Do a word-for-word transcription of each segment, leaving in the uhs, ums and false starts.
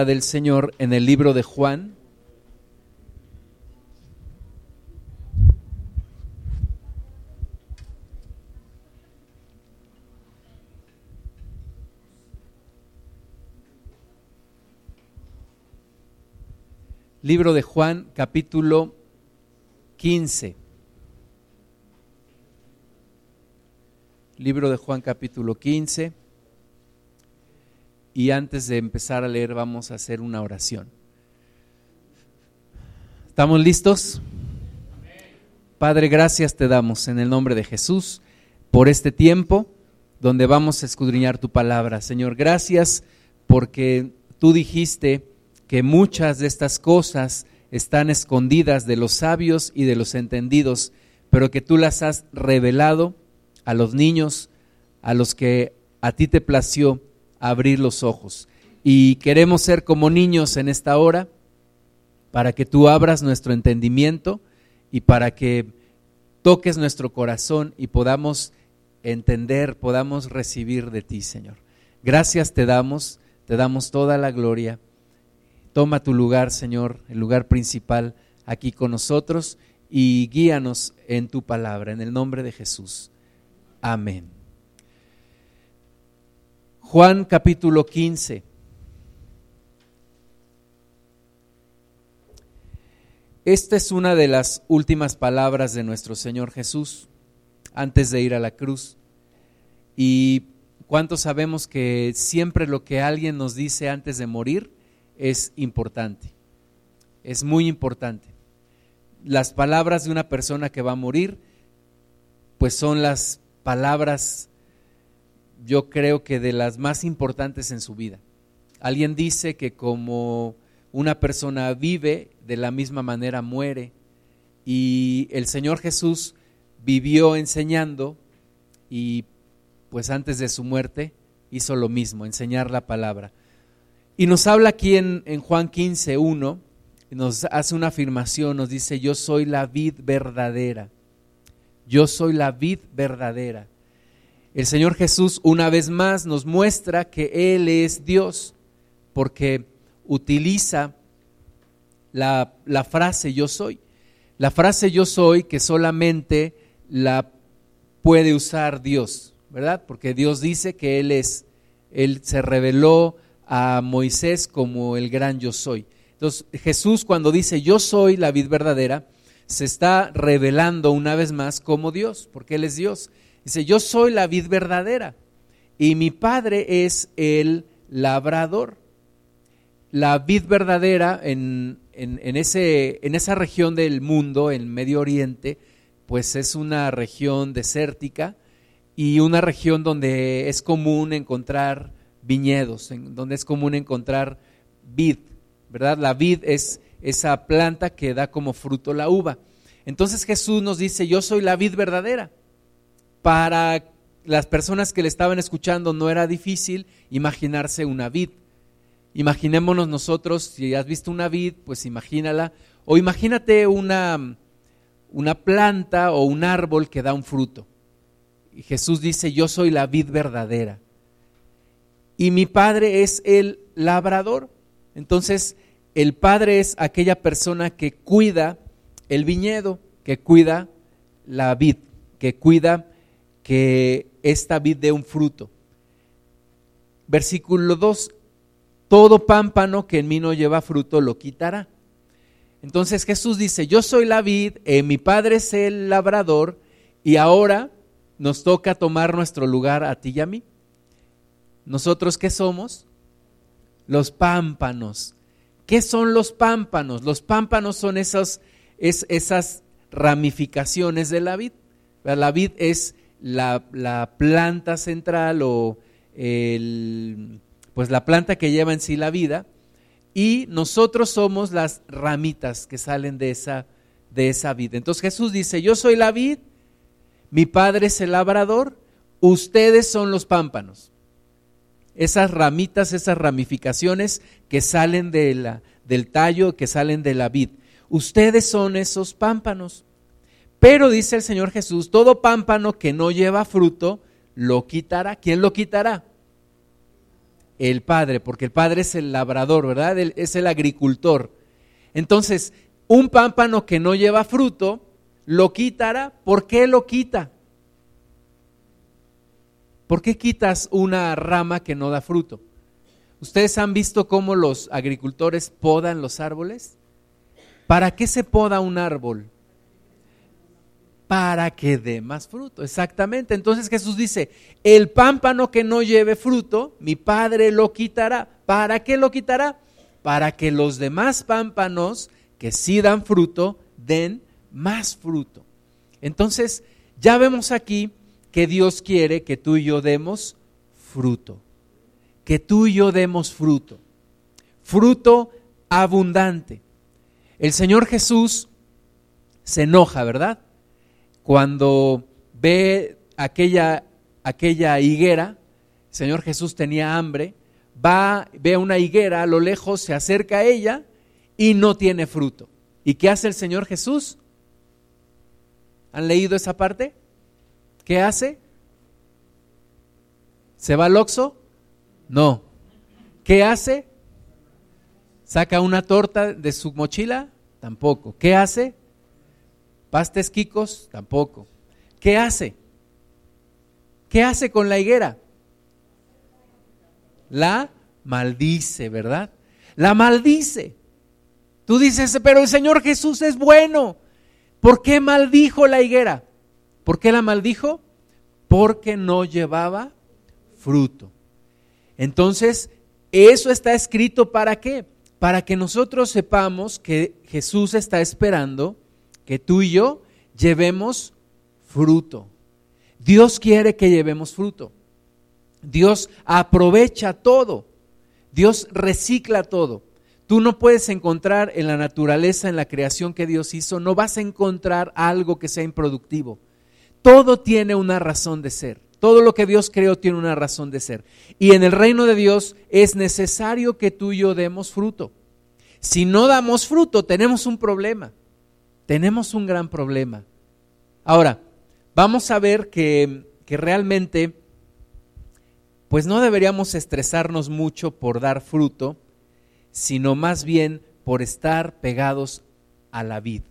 Del Señor en el libro de Juan. Libro de Juan, capítulo quince. Libro de Juan, capítulo quince. Y antes de empezar a leer vamos a hacer una oración. ¿Estamos listos? Padre, gracias te damos en el nombre de Jesús por este tiempo donde vamos a escudriñar tu palabra. Señor, gracias porque tú dijiste que muchas de estas cosas están escondidas de los sabios y de los entendidos, pero que tú las has revelado a los niños, a los que a ti te plació abrir los ojos. Y queremos ser como niños en esta hora para que tú abras nuestro entendimiento y para que toques nuestro corazón y podamos entender, podamos recibir de ti, Señor. Gracias te damos, te damos toda la gloria. Toma tu lugar, Señor, el lugar principal aquí con nosotros y guíanos en tu palabra, en el nombre de Jesús. Amén. Juan capítulo quince. Esta es una de las últimas palabras de nuestro Señor Jesús antes de ir a la cruz. Y ¿cuántos sabemos que siempre lo que alguien nos dice antes de morir es importante? Es muy importante. Las palabras de una persona que va a morir, pues son las palabras, yo creo que de las más importantes en su vida. Alguien dice que como una persona vive, de la misma manera muere, y el Señor Jesús vivió enseñando y pues antes de su muerte hizo lo mismo, enseñar la palabra. Y nos habla aquí en, en Juan quince, uno, nos hace una afirmación, nos dice: yo soy la vid verdadera, yo soy la vid verdadera. El Señor Jesús una vez más nos muestra que Él es Dios, porque utiliza la, la frase yo soy. La frase yo soy que solamente la puede usar Dios, ¿verdad? Porque Dios dice que Él es, Él se reveló a Moisés como el gran yo soy. Entonces Jesús, cuando dice yo soy la vid verdadera, se está revelando una vez más como Dios, porque Él es Dios. Dice, yo soy la vid verdadera y mi Padre es el labrador. La vid verdadera en, en, en, ese, en esa región del mundo, en Medio Oriente, pues es una región desértica y una región donde es común encontrar viñedos, en donde es común encontrar vid, ¿verdad? La vid es esa planta que da como fruto la uva. Entonces Jesús nos dice, yo soy la vid verdadera. Para las personas que le estaban escuchando no era difícil imaginarse una vid. Imaginémonos nosotros, si has visto una vid, pues imagínala, o imagínate una, una planta o un árbol que da un fruto. Y Jesús dice, yo soy la vid verdadera. Y mi Padre es el labrador. Entonces, el Padre es aquella persona que cuida el viñedo, que cuida la vid, que cuida que esta vid dé un fruto. Versículo dos, todo pámpano que en mí no lleva fruto lo quitará. Entonces Jesús dice, yo soy la vid, eh, mi Padre es el labrador, y ahora nos toca tomar nuestro lugar a ti y a mí. ¿Nosotros qué somos? Los pámpanos. ¿Qué son los pámpanos? Los pámpanos son esos, es, esas ramificaciones de la vid. La vid es La, la planta central o el, pues la planta que lleva en sí la vida, y nosotros somos las ramitas que salen de esa, de esa vid. Entonces Jesús dice, yo soy la vid, mi Padre es el labrador, ustedes son los pámpanos. Esas ramitas, esas ramificaciones que salen de la, del tallo, que salen de la vid. Ustedes son esos pámpanos. Pero dice el Señor Jesús, todo pámpano que no lleva fruto, lo quitará. ¿Quién lo quitará? el Padre, porque el Padre es el labrador, ¿verdad? Él es el agricultor. Entonces, un pámpano que no lleva fruto, lo quitará. ¿Por qué lo quita? ¿Por qué quitas una rama que no da fruto? ¿Ustedes han visto cómo los agricultores podan los árboles? ¿Para qué se poda un árbol? Para que dé más fruto, exactamente. Entonces Jesús dice, el pámpano que no lleve fruto, mi Padre lo quitará. ¿Para qué lo quitará? Para que los demás pámpanos que sí dan fruto, den más fruto. Entonces, ya vemos aquí que Dios quiere que tú y yo demos fruto. Que tú y yo demos fruto. Fruto abundante. El Señor Jesús se enoja, ¿verdad? Cuando ve aquella, aquella higuera, el Señor Jesús tenía hambre, va, ve una higuera a lo lejos, se acerca a ella y no tiene fruto. ¿Y qué hace el Señor Jesús? ¿Han leído esa parte? ¿Qué hace? ¿Se va al Oxxo? No. ¿Qué hace? ¿Saca una torta de su mochila? Tampoco. ¿Qué hace? ¿Pastes Quicos? Tampoco. ¿Qué hace? ¿Qué hace con la higuera? La maldice, ¿verdad? La maldice. Tú dices, pero el Señor Jesús es bueno. ¿Por qué maldijo la higuera? ¿Por qué la maldijo? Porque no llevaba fruto. Entonces, eso está escrito ¿para qué? Para que nosotros sepamos que Jesús está esperando que tú y yo llevemos fruto. Dios quiere que llevemos fruto. Dios aprovecha todo. Dios recicla todo. Tú no puedes encontrar en la naturaleza, en la creación que Dios hizo, no vas a encontrar algo que sea improductivo. Todo tiene una razón de ser. Todo lo que Dios creó tiene una razón de ser. Y en el reino de Dios es necesario que tú y yo demos fruto. Si no damos fruto, tenemos un problema. Tenemos un gran problema. Ahora, vamos a ver que, que realmente, pues no deberíamos estresarnos mucho por dar fruto, sino más bien por estar pegados a la vid.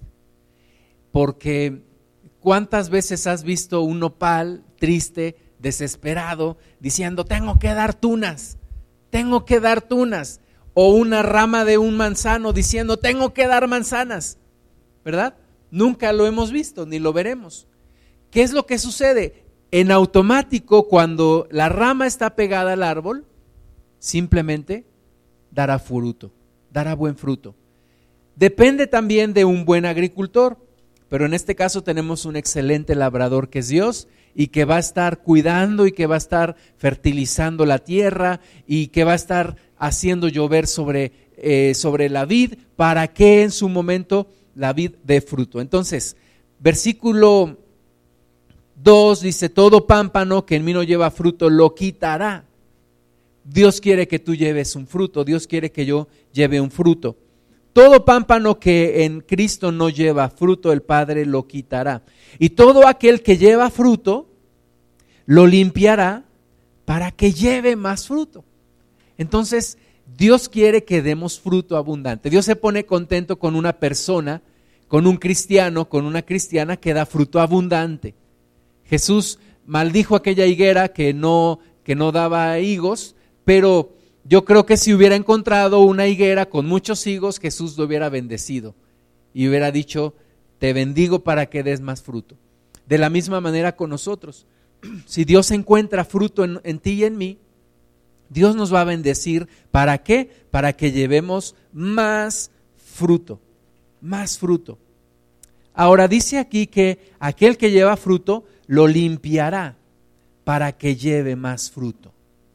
Porque ¿cuántas veces has visto un nopal triste, desesperado, diciendo, tengo que dar tunas, tengo que dar tunas? O una rama de un manzano diciendo, tengo que dar manzanas, ¿verdad? Nunca lo hemos visto, ni lo veremos. ¿Qué es lo que sucede? En automático, cuando la rama está pegada al árbol, simplemente dará fruto, dará buen fruto. Depende también de un buen agricultor, pero en este caso tenemos un excelente labrador que es Dios y que va a estar cuidando y que va a estar fertilizando la tierra y que va a estar haciendo llover sobre, eh, sobre la vid para que en su momento la vid dé fruto. Entonces, versículo dos dice, todo pámpano que en mí no lleva fruto lo quitará. Dios quiere que tú lleves un fruto, Dios quiere que yo lleve un fruto. Todo pámpano que en Cristo no lleva fruto, el Padre lo quitará. Y todo aquel que lleva fruto, lo limpiará para que lleve más fruto. Entonces, Dios quiere que demos fruto abundante. Dios se pone contento con una persona, con un cristiano, con una cristiana que da fruto abundante. Jesús maldijo aquella higuera que no, que no daba higos, pero yo creo que si hubiera encontrado una higuera con muchos higos, Jesús lo hubiera bendecido y hubiera dicho, te bendigo para que des más fruto. De la misma manera con nosotros, si Dios encuentra fruto en, en ti y en mí, Dios nos va a bendecir. ¿Para qué? Para que llevemos más fruto, más fruto. Ahora dice aquí que aquel que lleva fruto lo limpiará para que lleve más fruto.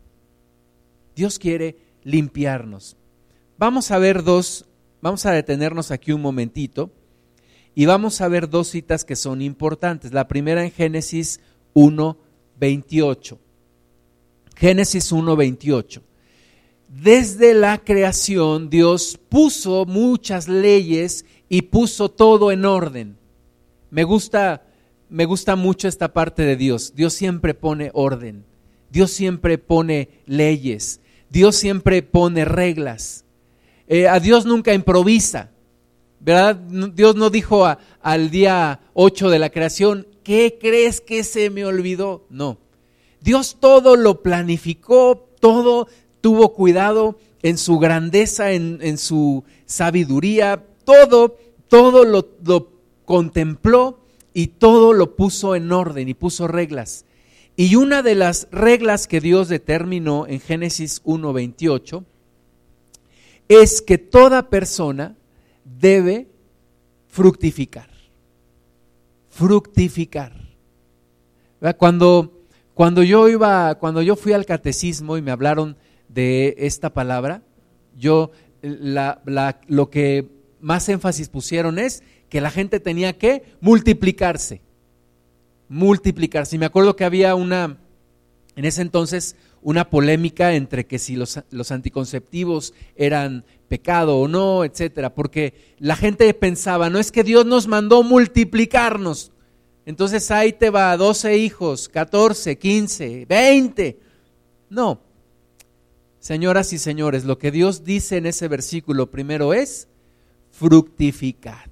Dios quiere limpiarnos. Vamos a ver dos, vamos a detenernos aquí un momentito y vamos a ver dos citas que son importantes. La primera en Génesis uno veintiocho. Génesis uno veintiocho. Desde la creación Dios puso muchas leyes y puso todo en orden. Me gusta, me gusta mucho esta parte de Dios. Dios siempre pone orden. Dios siempre pone leyes. Dios siempre pone reglas. Eh, a Dios nunca improvisa, ¿verdad? Dios no dijo a, al día ocho de la creación, ¿qué crees que se me olvidó? No. Dios todo lo planificó, todo tuvo cuidado en su grandeza, en, en su sabiduría, todo, todo lo, lo contempló y todo lo puso en orden y puso reglas. Y una de las reglas que Dios determinó en Génesis uno veintiocho es que toda persona debe fructificar. Fructificar. Cuando, cuando yo iba, cuando yo fui al catecismo y me hablaron de esta palabra, yo la, la, lo que más énfasis pusieron es que la gente tenía que multiplicarse. Multiplicarse. Y me acuerdo que había una, en ese entonces, una polémica entre que si los, los anticonceptivos eran pecado o no, etcétera, porque la gente pensaba, no es que Dios nos mandó multiplicarnos, entonces ahí te va, doce hijos, catorce, quince, veinte. No, señoras y señores, lo que Dios dice en ese versículo primero es fructificad.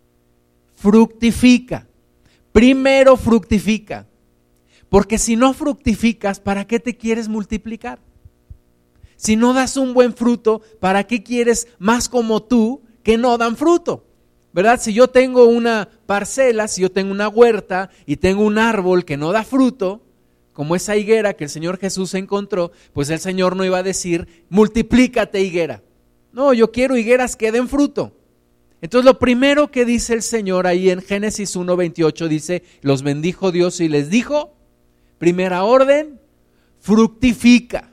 Fructifica. Primero fructifica. Porque si no fructificas, ¿para qué te quieres multiplicar? Si no das un buen fruto, ¿para qué quieres más como tú que no dan fruto? ¿Verdad? Si yo tengo una parcela, si yo tengo una huerta y tengo un árbol que no da fruto, como esa higuera que el Señor Jesús encontró, pues el Señor no iba a decir, multiplícate higuera. No, yo quiero higueras que den fruto. Entonces lo primero que dice el Señor ahí en Génesis uno veintiocho dice, los bendijo Dios y les dijo, primera orden, fructifica,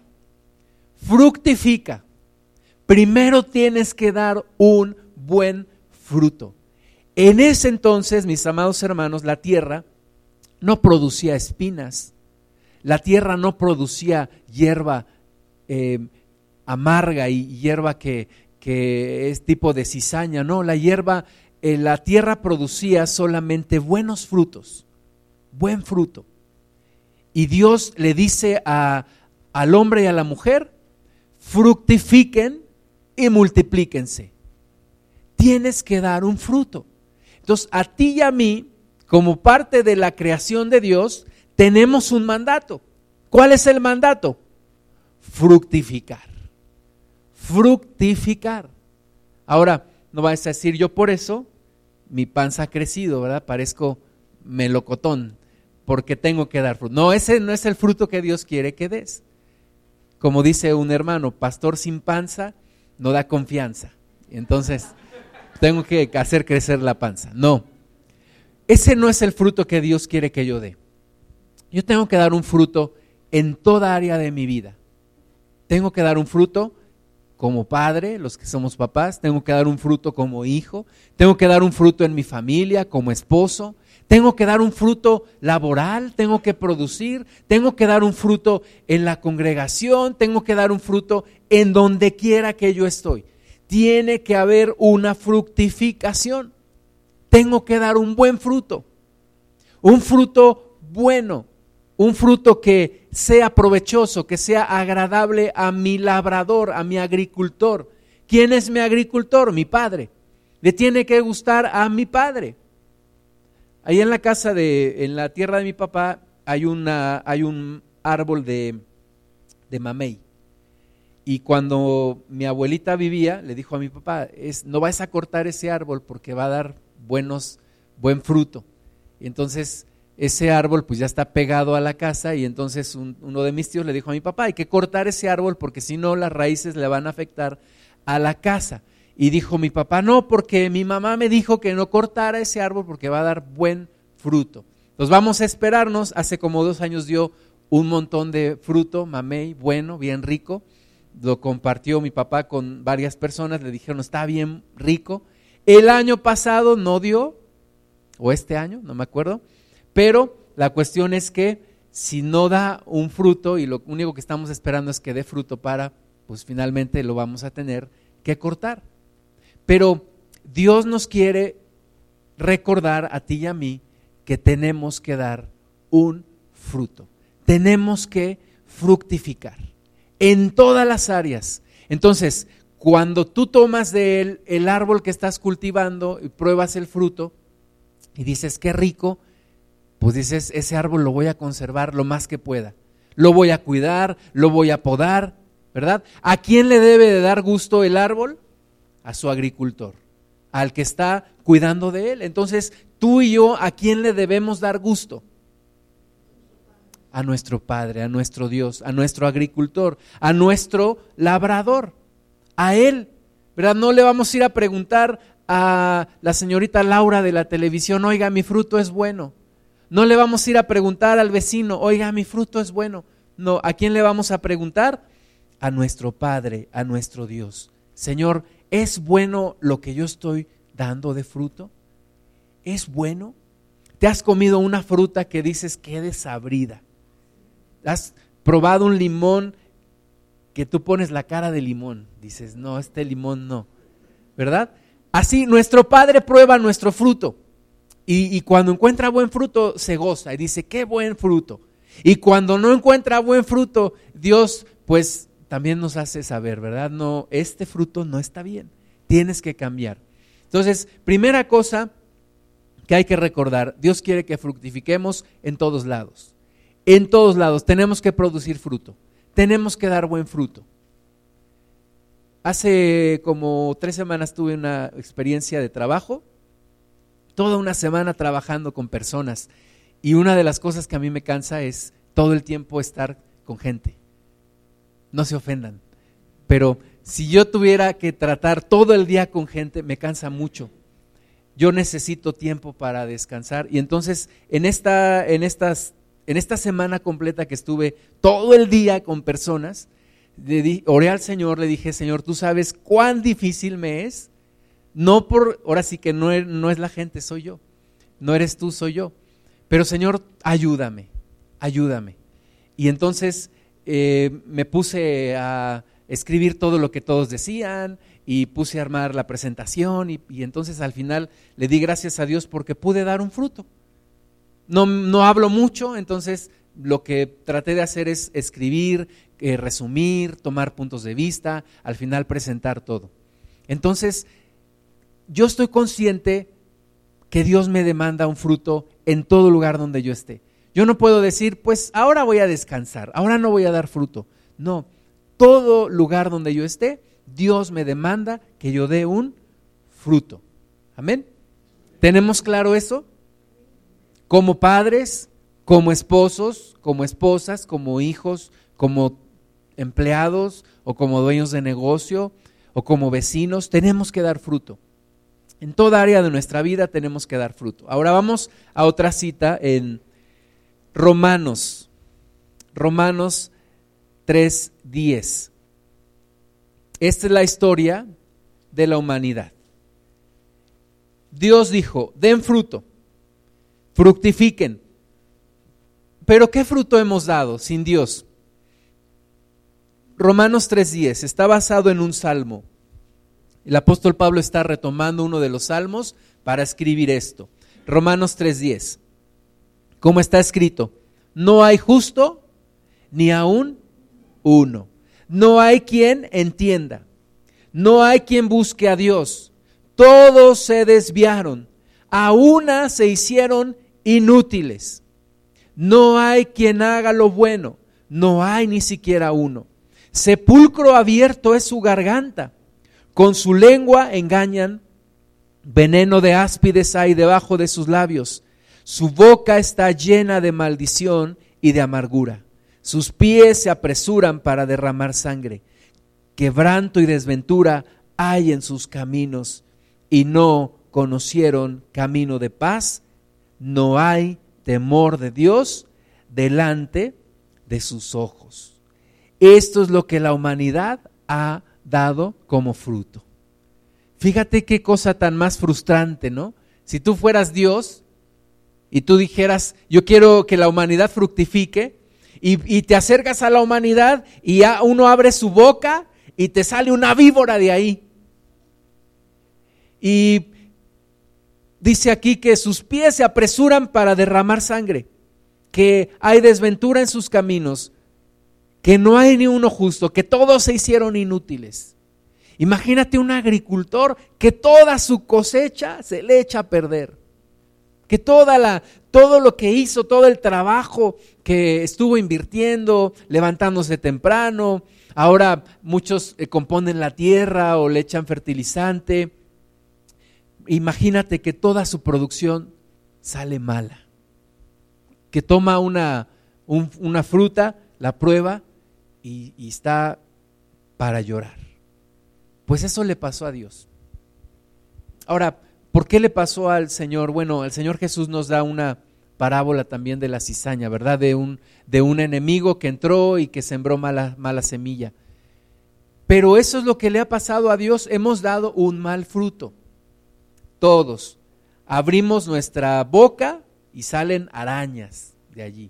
fructifica. Primero tienes que dar un buen fruto. En ese entonces, mis amados hermanos, la tierra no producía espinas, la tierra no producía hierba eh, amarga y hierba que, que es tipo de cizaña, no, la hierba, eh, la tierra producía solamente buenos frutos, buen fruto. Y Dios le dice a, al hombre y a la mujer, fructifiquen y multiplíquense. Tienes que dar un fruto. Entonces, a ti y a mí, como parte de la creación de Dios, tenemos un mandato. ¿Cuál es el mandato? Fructificar. Fructificar. Ahora, no vas a decir, yo por eso mi panza ha crecido, ¿verdad? Parezco melocotón, porque tengo que dar fruto. No, ese no es el fruto que Dios quiere que des. Como dice un hermano, pastor sin panza no da confianza. Entonces, tengo que hacer crecer la panza. No, ese no es el fruto que Dios quiere que yo dé. Yo tengo que dar un fruto en toda área de mi vida. Tengo que dar un fruto como padre, los que somos papás, tengo que dar un fruto como hijo, tengo que dar un fruto en mi familia, como esposo, tengo que dar un fruto laboral, tengo que producir, tengo que dar un fruto en la congregación, tengo que dar un fruto en donde quiera que yo estoy. Tiene que haber una fructificación, tengo que dar un buen fruto, un fruto bueno, un fruto que sea provechoso, que sea agradable a mi labrador, a mi agricultor. ¿Quién es mi agricultor? Mi padre. Le tiene que gustar a mi padre. Ahí en la casa de, en la tierra de mi papá, hay una, hay un árbol de, de mamey. Y cuando mi abuelita vivía, le dijo a mi papá, es, no vas a cortar ese árbol porque va a dar buenos, buen fruto. Y entonces ese árbol pues ya está pegado a la casa y entonces un, uno de mis tíos le dijo a mi papá, hay que cortar ese árbol porque si no las raíces le van a afectar a la casa. Y dijo mi papá, no, porque mi mamá me dijo que no cortara ese árbol porque va a dar buen fruto. Entonces vamos a esperarnos, hace como dos años dio un montón de fruto, mamey, bueno, bien rico. Lo compartió mi papá con varias personas, le dijeron está bien rico. El año pasado no dio, o este año, no me acuerdo, pero la cuestión es que si no da un fruto y lo único que estamos esperando es que dé fruto para, pues finalmente lo vamos a tener que cortar. Pero Dios nos quiere recordar a ti y a mí que tenemos que dar un fruto, tenemos que fructificar. en todas las áreas. Entonces, cuando tú tomas de él el árbol que estás cultivando y pruebas el fruto y dices, qué rico, pues dices, ese árbol lo voy a conservar lo más que pueda. Lo voy a cuidar, lo voy a podar, ¿verdad? ¿A quién le debe de dar gusto el árbol? A su agricultor, al que está cuidando de él. Entonces, tú y yo, ¿a quién le debemos dar gusto? A nuestro Padre, a nuestro Dios, a nuestro agricultor, a nuestro labrador, a Él, ¿verdad? No le vamos a ir a preguntar a la señorita Laura de la televisión, oiga, mi fruto es bueno. No le vamos a ir a preguntar al vecino, oiga, mi fruto es bueno. No, ¿a quién le vamos a preguntar? A nuestro Padre, a nuestro Dios. Señor, ¿es bueno lo que yo estoy dando de fruto? ¿Es bueno? ¿Te has comido una fruta que dices qué desabrida? ¿Has probado un limón que tú pones la cara de limón? Dices, no, este limón no, ¿verdad? Así nuestro Padre prueba nuestro fruto y, y cuando encuentra buen fruto se goza y dice, qué buen fruto. Y cuando no encuentra buen fruto, Dios pues también nos hace saber, ¿verdad? No, este fruto no está bien, tienes que cambiar. Entonces, primera cosa que hay que recordar, Dios quiere que fructifiquemos en todos lados. En todos lados tenemos que producir fruto, tenemos que dar buen fruto. Hace como tres semanas tuve una experiencia de trabajo, toda una semana trabajando con personas y una de las cosas que a mí me cansa es todo el tiempo estar con gente. No se ofendan, pero si yo tuviera que tratar todo el día con gente me cansa mucho. Yo necesito tiempo para descansar y entonces en esta, en estas En esta semana completa que estuve todo el día con personas, le di, oré al Señor, le dije, Señor, tú sabes cuán difícil me es, no por, ahora sí que no es, no es la gente, soy yo, no eres tú, soy yo, pero Señor, ayúdame, ayúdame. Y entonces eh, me puse a escribir todo lo que todos decían y puse a armar la presentación y, y entonces al final le di gracias a Dios porque pude dar un fruto. No, no hablo mucho, entonces lo que traté de hacer es escribir, eh, resumir, tomar puntos de vista, al final presentar todo. Entonces, yo estoy consciente que Dios me demanda un fruto en todo lugar donde yo esté. Yo no puedo decir, pues ahora voy a descansar, ahora no voy a dar fruto. No, todo lugar donde yo esté, Dios me demanda que yo dé un fruto. ¿Amén? ¿Tenemos claro eso? Como padres, como esposos, como esposas, como hijos, como empleados o como dueños de negocio o como vecinos, tenemos que dar fruto. En toda área de nuestra vida tenemos que dar fruto. Ahora vamos a otra cita en Romanos, Romanos tres diez. Esta es la historia de la humanidad. Dios dijo, den fruto. Fructifiquen. Pero ¿qué fruto hemos dado sin Dios? Romanos tres diez está basado en un salmo. El apóstol Pablo está retomando uno de los salmos para escribir esto. Romanos tres diez. Como está escrito, no hay justo ni aún uno. No hay quien entienda. No hay quien busque a Dios. Todos se desviaron. A una se hicieron inútiles. No hay quien haga lo bueno, no hay ni siquiera uno. Sepulcro abierto es su garganta, con su lengua engañan, veneno de áspides hay debajo de sus labios. Su boca está llena de maldición y de amargura. Sus pies se apresuran para derramar sangre. Quebranto y desventura hay en sus caminos y no conocieron camino de paz. No hay temor de Dios delante de sus ojos. Esto es lo que la humanidad ha dado como fruto. Fíjate qué cosa tan más frustrante, ¿no? Si tú fueras Dios y tú dijeras, yo quiero que la humanidad fructifique, y, y te acercas a la humanidad y ya uno abre su boca y te sale una víbora de ahí. Y dice aquí que sus pies se apresuran para derramar sangre, que hay desventura en sus caminos que no hay ni uno justo, que todos se hicieron inútiles. Imagínate un agricultor que toda su cosecha se le echa a perder, que toda la, todo lo que hizo, todo el trabajo que estuvo invirtiendo, levantándose temprano, ahora muchos eh, componen la tierra o le echan fertilizante. Imagínate que toda su producción sale mala, que toma una, un, una fruta, la prueba y, y está para llorar. Pues eso le pasó a Dios. Ahora, ¿por qué le pasó al Señor? Bueno, el Señor Jesús nos da una parábola también de la cizaña, ¿verdad? De un, de un enemigo que entró y que sembró mala, mala semilla. Pero eso es lo que le ha pasado a Dios. Hemos dado un mal fruto. Todos. Abrimos nuestra boca y salen arañas de allí.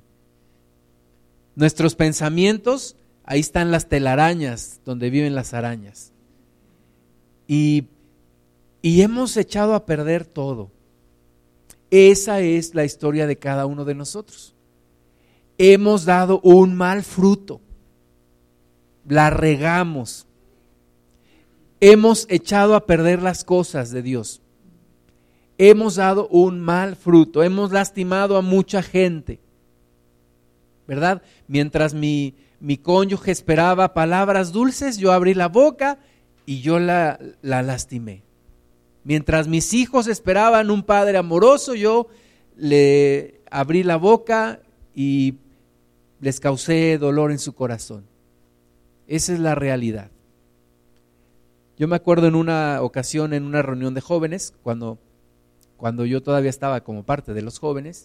Nuestros pensamientos, ahí están las telarañas donde viven las arañas. Y, y hemos echado a perder todo. Esa es la historia de cada uno de nosotros. Hemos dado un mal fruto. La regamos. Hemos echado a perder las cosas de Dios. Hemos dado un mal fruto. Hemos lastimado a mucha gente, ¿verdad? Mientras mi, mi cónyuge esperaba palabras dulces, yo abrí la boca y yo la, la lastimé. Mientras mis hijos esperaban un padre amoroso, yo le abrí la boca y les causé dolor en su corazón. Esa es la realidad. Yo me acuerdo en una ocasión, en una reunión de jóvenes, cuando, cuando yo todavía estaba como parte de los jóvenes,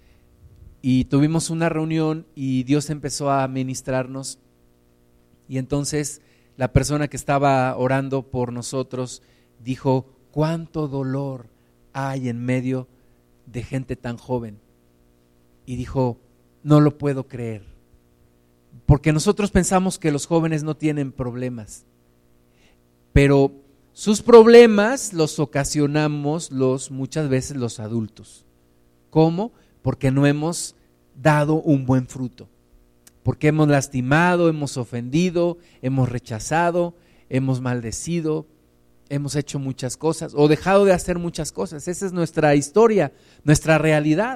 y tuvimos una reunión y Dios empezó a ministrarnos, y entonces la persona que estaba orando por nosotros dijo: cuánto dolor hay en medio de gente tan joven. Y dijo: no lo puedo creer, porque nosotros pensamos que los jóvenes no tienen problemas, pero sus problemas los ocasionamos los, muchas veces los adultos. ¿Cómo? Porque no hemos dado un buen fruto, porque hemos lastimado, hemos ofendido, hemos rechazado, hemos maldecido, hemos hecho muchas cosas o dejado de hacer muchas cosas. Esa es nuestra historia, nuestra realidad.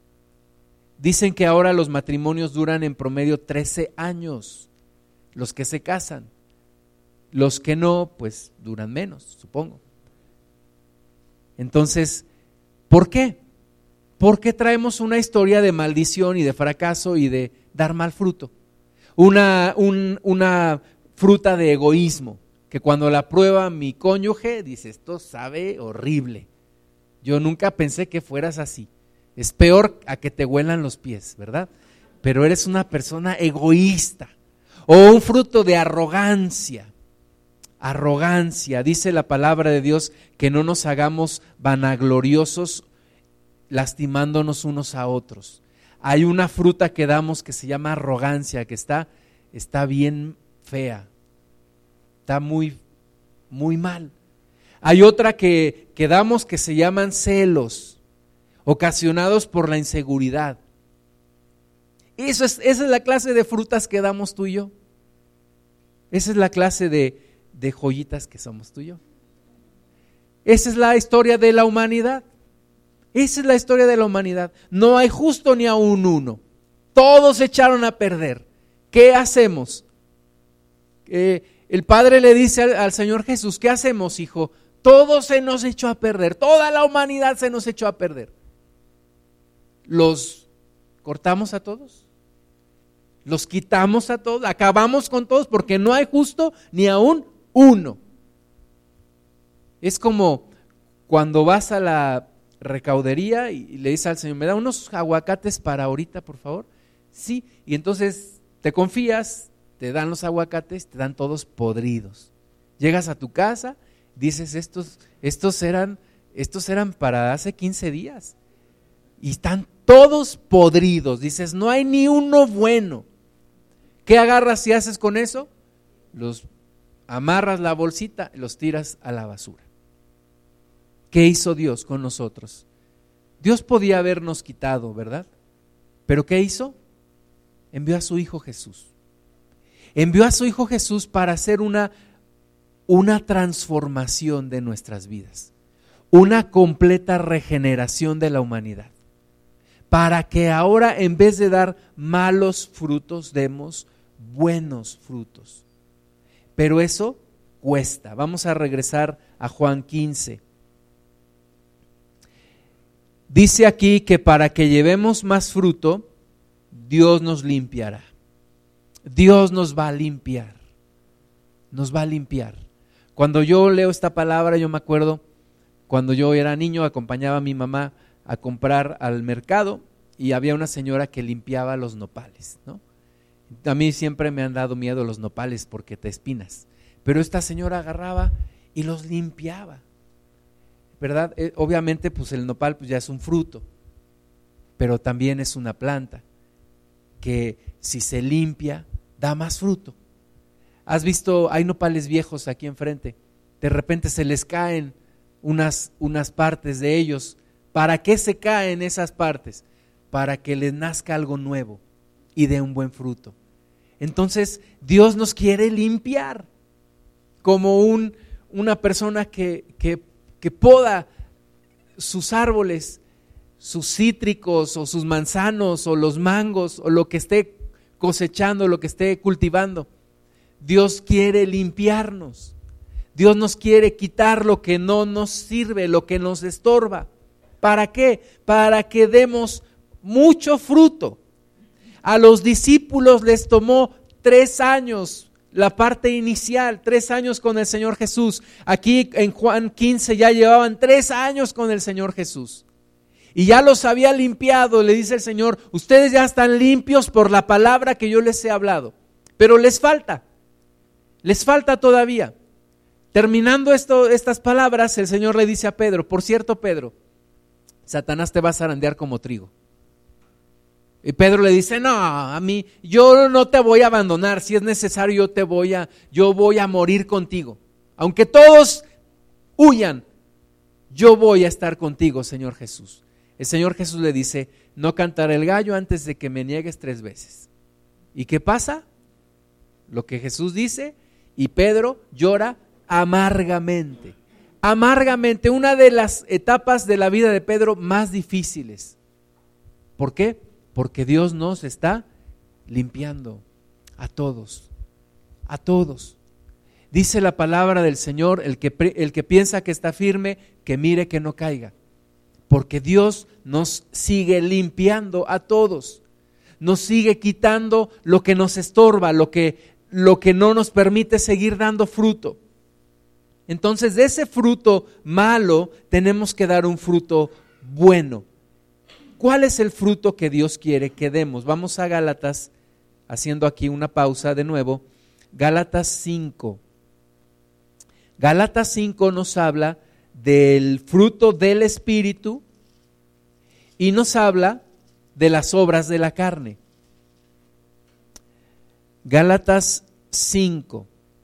Dicen que ahora los matrimonios duran en promedio trece años, los que se casan. Los que no, pues duran menos, supongo. Entonces, ¿por qué? Porque traemos una historia de maldición y de fracaso y de dar mal fruto. Una, un, una fruta de egoísmo, que cuando la prueba mi cónyuge, dice: esto sabe horrible. Yo nunca pensé que fueras así. Es peor a que te huelan los pies, ¿verdad? Pero eres una persona egoísta. O un fruto de arrogancia. Arrogancia. Dice la palabra de Dios que no nos hagamos vanagloriosos, lastimándonos unos a otros. Hay una fruta que damos que se llama arrogancia, que está, está bien fea, está muy, muy mal. Hay otra que, que damos que se llaman celos, ocasionados por la inseguridad. Eso es, esa es la clase de frutas que damos tú y yo. Esa es la clase de, de joyitas que somos tú y yo. Esa es la historia de la humanidad. Esa es la historia de la humanidad. No hay justo ni aun uno. Todos se echaron a perder. ¿Qué hacemos? Eh, el Padre le dice al, al Señor Jesús: ¿qué hacemos, hijo? Todo se nos echó a perder. Toda la humanidad se nos echó a perder. ¿Los cortamos a todos? ¿Los quitamos a todos? ¿Acabamos con todos? Porque no hay justo ni aun uno. Es como cuando vas a la recaudería y le dices al Señor: ¿me da unos aguacates para ahorita, por favor? Sí, y entonces te confías, te dan los aguacates, te dan todos podridos. Llegas a tu casa, dices: estos, estos eran, estos eran para hace quince días y están todos podridos. Dices: no hay ni uno bueno. ¿Qué agarras y haces con eso? Los amarras la bolsita y los tiras a la basura. ¿Qué hizo Dios con nosotros? Dios podía habernos quitado, ¿verdad? ¿Pero qué hizo? Envió a su Hijo Jesús Envió a su Hijo Jesús para hacer una, una transformación de nuestras vidas, una completa regeneración de la humanidad, para que ahora en vez de dar malos frutos, demos buenos frutos. Pero eso cuesta. Vamos a regresar a Juan quince. Dice aquí que para que llevemos más fruto, Dios nos limpiará. Dios nos va a limpiar. Nos va a limpiar. Cuando yo leo esta palabra, yo me acuerdo, cuando yo era niño, acompañaba a mi mamá a comprar al mercado y había una señora que limpiaba los nopales, ¿no? A mí siempre me han dado miedo los nopales porque te espinas, pero esta señora agarraba y los limpiaba, ¿verdad? Eh, obviamente pues el nopal pues ya es un fruto, pero también es una planta que si se limpia da más fruto. ¿Has visto? Hay nopales viejos aquí enfrente, de repente se les caen unas, unas partes de ellos. ¿Para qué se caen esas partes? Para que les nazca algo nuevo y dé un buen fruto. Entonces Dios nos quiere limpiar como un, una persona que, que, que poda sus árboles, sus cítricos o sus manzanos o los mangos o lo que esté cosechando, lo que esté cultivando. Dios quiere limpiarnos. Dios nos quiere quitar lo que no nos sirve, lo que nos estorba. ¿Para qué? Para que demos mucho fruto. A los discípulos les tomó tres años, la parte inicial, tres años con el Señor Jesús. Aquí en Juan quince ya llevaban tres años con el Señor Jesús. Y ya los había limpiado, le dice el Señor, ustedes ya están limpios por la palabra que yo les he hablado. Pero les falta, les falta todavía. Terminando esto, estas palabras, el Señor le dice a Pedro, por cierto, Pedro, Satanás te va a zarandear como trigo. Y Pedro le dice, no, a mí, yo no te voy a abandonar, si es necesario yo te voy a, yo voy a morir contigo. Aunque todos huyan, yo voy a estar contigo, Señor Jesús. El Señor Jesús le dice, no cantará el gallo antes de que me niegues tres veces. ¿Y qué pasa? Lo que Jesús dice, y Pedro llora amargamente. Amargamente, una de las etapas de la vida de Pedro más difíciles. ¿Por qué? Porque Dios nos está limpiando a todos, a todos. Dice la palabra del Señor, el que, el que piensa que está firme, que mire que no caiga. Porque Dios nos sigue limpiando a todos, nos sigue quitando lo que nos estorba, lo que, lo que no nos permite seguir dando fruto. Entonces de ese fruto malo tenemos que dar un fruto bueno. ¿Cuál es el fruto que Dios quiere que demos? Vamos a Gálatas, haciendo aquí una pausa de nuevo. Gálatas cinco. Gálatas cinco nos habla del fruto del Espíritu y nos habla de las obras de la carne. Gálatas cinco,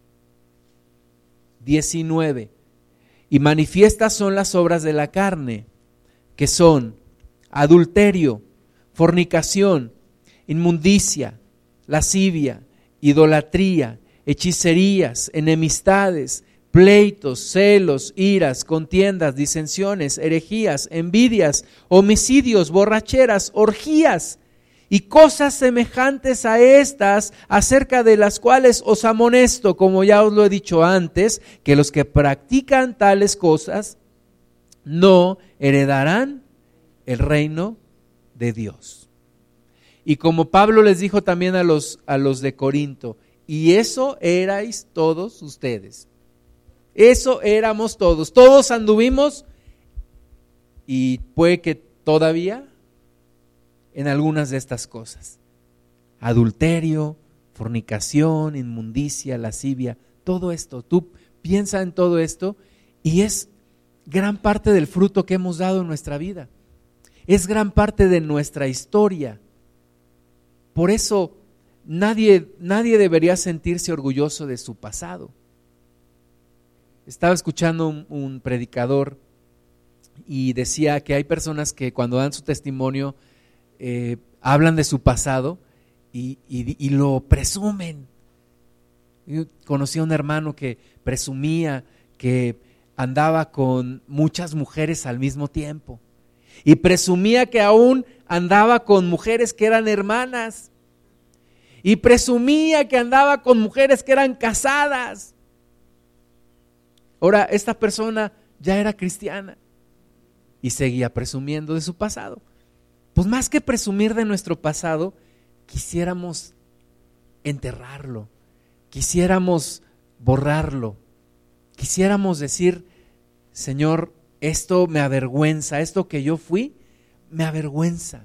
diecinueve. Y manifiestas son las obras de la carne, que son adulterio, fornicación, inmundicia, lascivia, idolatría, hechicerías, enemistades, pleitos, celos, iras, contiendas, disensiones, herejías, envidias, homicidios, borracheras, orgías y cosas semejantes a estas, acerca de las cuales os amonesto, como ya os lo he dicho antes, que los que practican tales cosas no heredarán el reino de Dios. Y como Pablo les dijo también a los, a los de Corinto, y eso erais todos ustedes. Eso éramos todos, todos anduvimos y puede que todavía en algunas de estas cosas. Adulterio, fornicación, inmundicia, lascivia, todo esto. Tú piensa en todo esto y es gran parte del fruto que hemos dado en nuestra vida. Es gran parte de nuestra historia. Por eso nadie, nadie debería sentirse orgulloso de su pasado. Estaba escuchando un, un predicador y decía que hay personas que cuando dan su testimonio eh, hablan de su pasado y, y, y lo presumen. Yo conocí a un hermano que presumía que andaba con muchas mujeres al mismo tiempo y presumía que aún andaba con mujeres que eran hermanas y presumía que andaba con mujeres que eran casadas. Ahora, esta persona ya era cristiana y seguía presumiendo de su pasado. Pues más que presumir de nuestro pasado, quisiéramos enterrarlo, quisiéramos borrarlo, quisiéramos decir, Señor, esto me avergüenza, esto que yo fui, me avergüenza.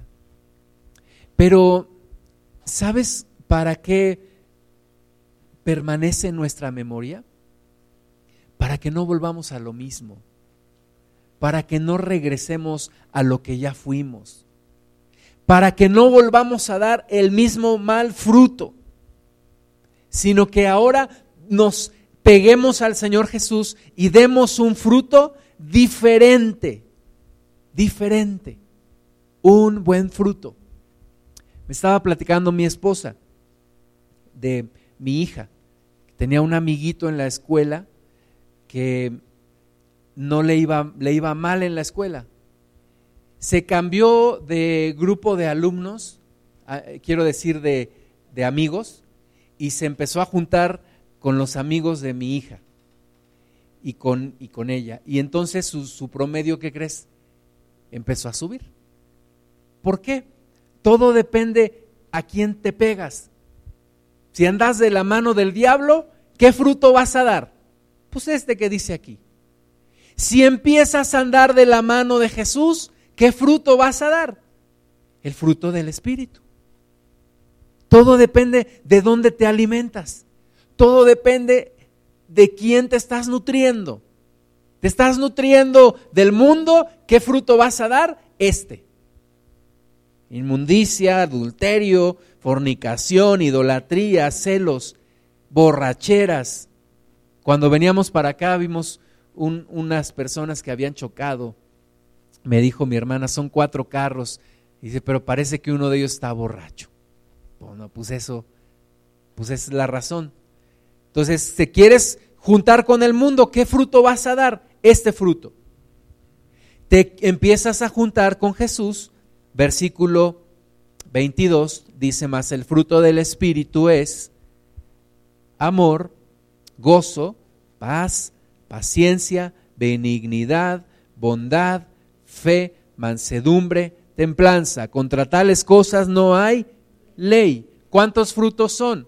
Pero, ¿sabes para qué permanece en nuestra memoria? Para que no volvamos a lo mismo, para que no regresemos a lo que ya fuimos, para que no volvamos a dar el mismo mal fruto, sino que ahora nos peguemos al Señor Jesús y demos un fruto diferente, diferente, un buen fruto. Me estaba platicando mi esposa de mi hija, tenía un amiguito en la escuela que no le iba, le iba mal en la escuela. Se cambió de grupo de alumnos, quiero decir de, de amigos, y se empezó a juntar con los amigos de mi hija y con, y con ella. Y entonces su, su promedio, ¿qué crees? Empezó a subir. ¿Por qué? Todo depende a quién te pegas. Si andas de la mano del diablo, ¿qué fruto vas a dar? Pues este que dice aquí. Si empiezas a andar de la mano de Jesús, ¿qué fruto vas a dar? El fruto del Espíritu. Todo depende de dónde te alimentas. Todo depende de quién te estás nutriendo. ¿Te estás nutriendo del mundo? ¿Qué fruto vas a dar? Este. Inmundicia, adulterio, fornicación, idolatría, celos, borracheras. Cuando veníamos para acá vimos un, unas personas que habían chocado. Me dijo mi hermana, son cuatro carros. Dice, pero parece que uno de ellos está borracho. Bueno, pues eso, pues esa es la razón. Entonces, si quieres juntar con el mundo, ¿qué fruto vas a dar? Este fruto. Te empiezas a juntar con Jesús, versículo veintidós, dice más, el fruto del Espíritu es amor, gozo, paz, paciencia, benignidad, bondad, fe, mansedumbre, templanza. Contra tales cosas no hay ley. ¿Cuántos frutos son?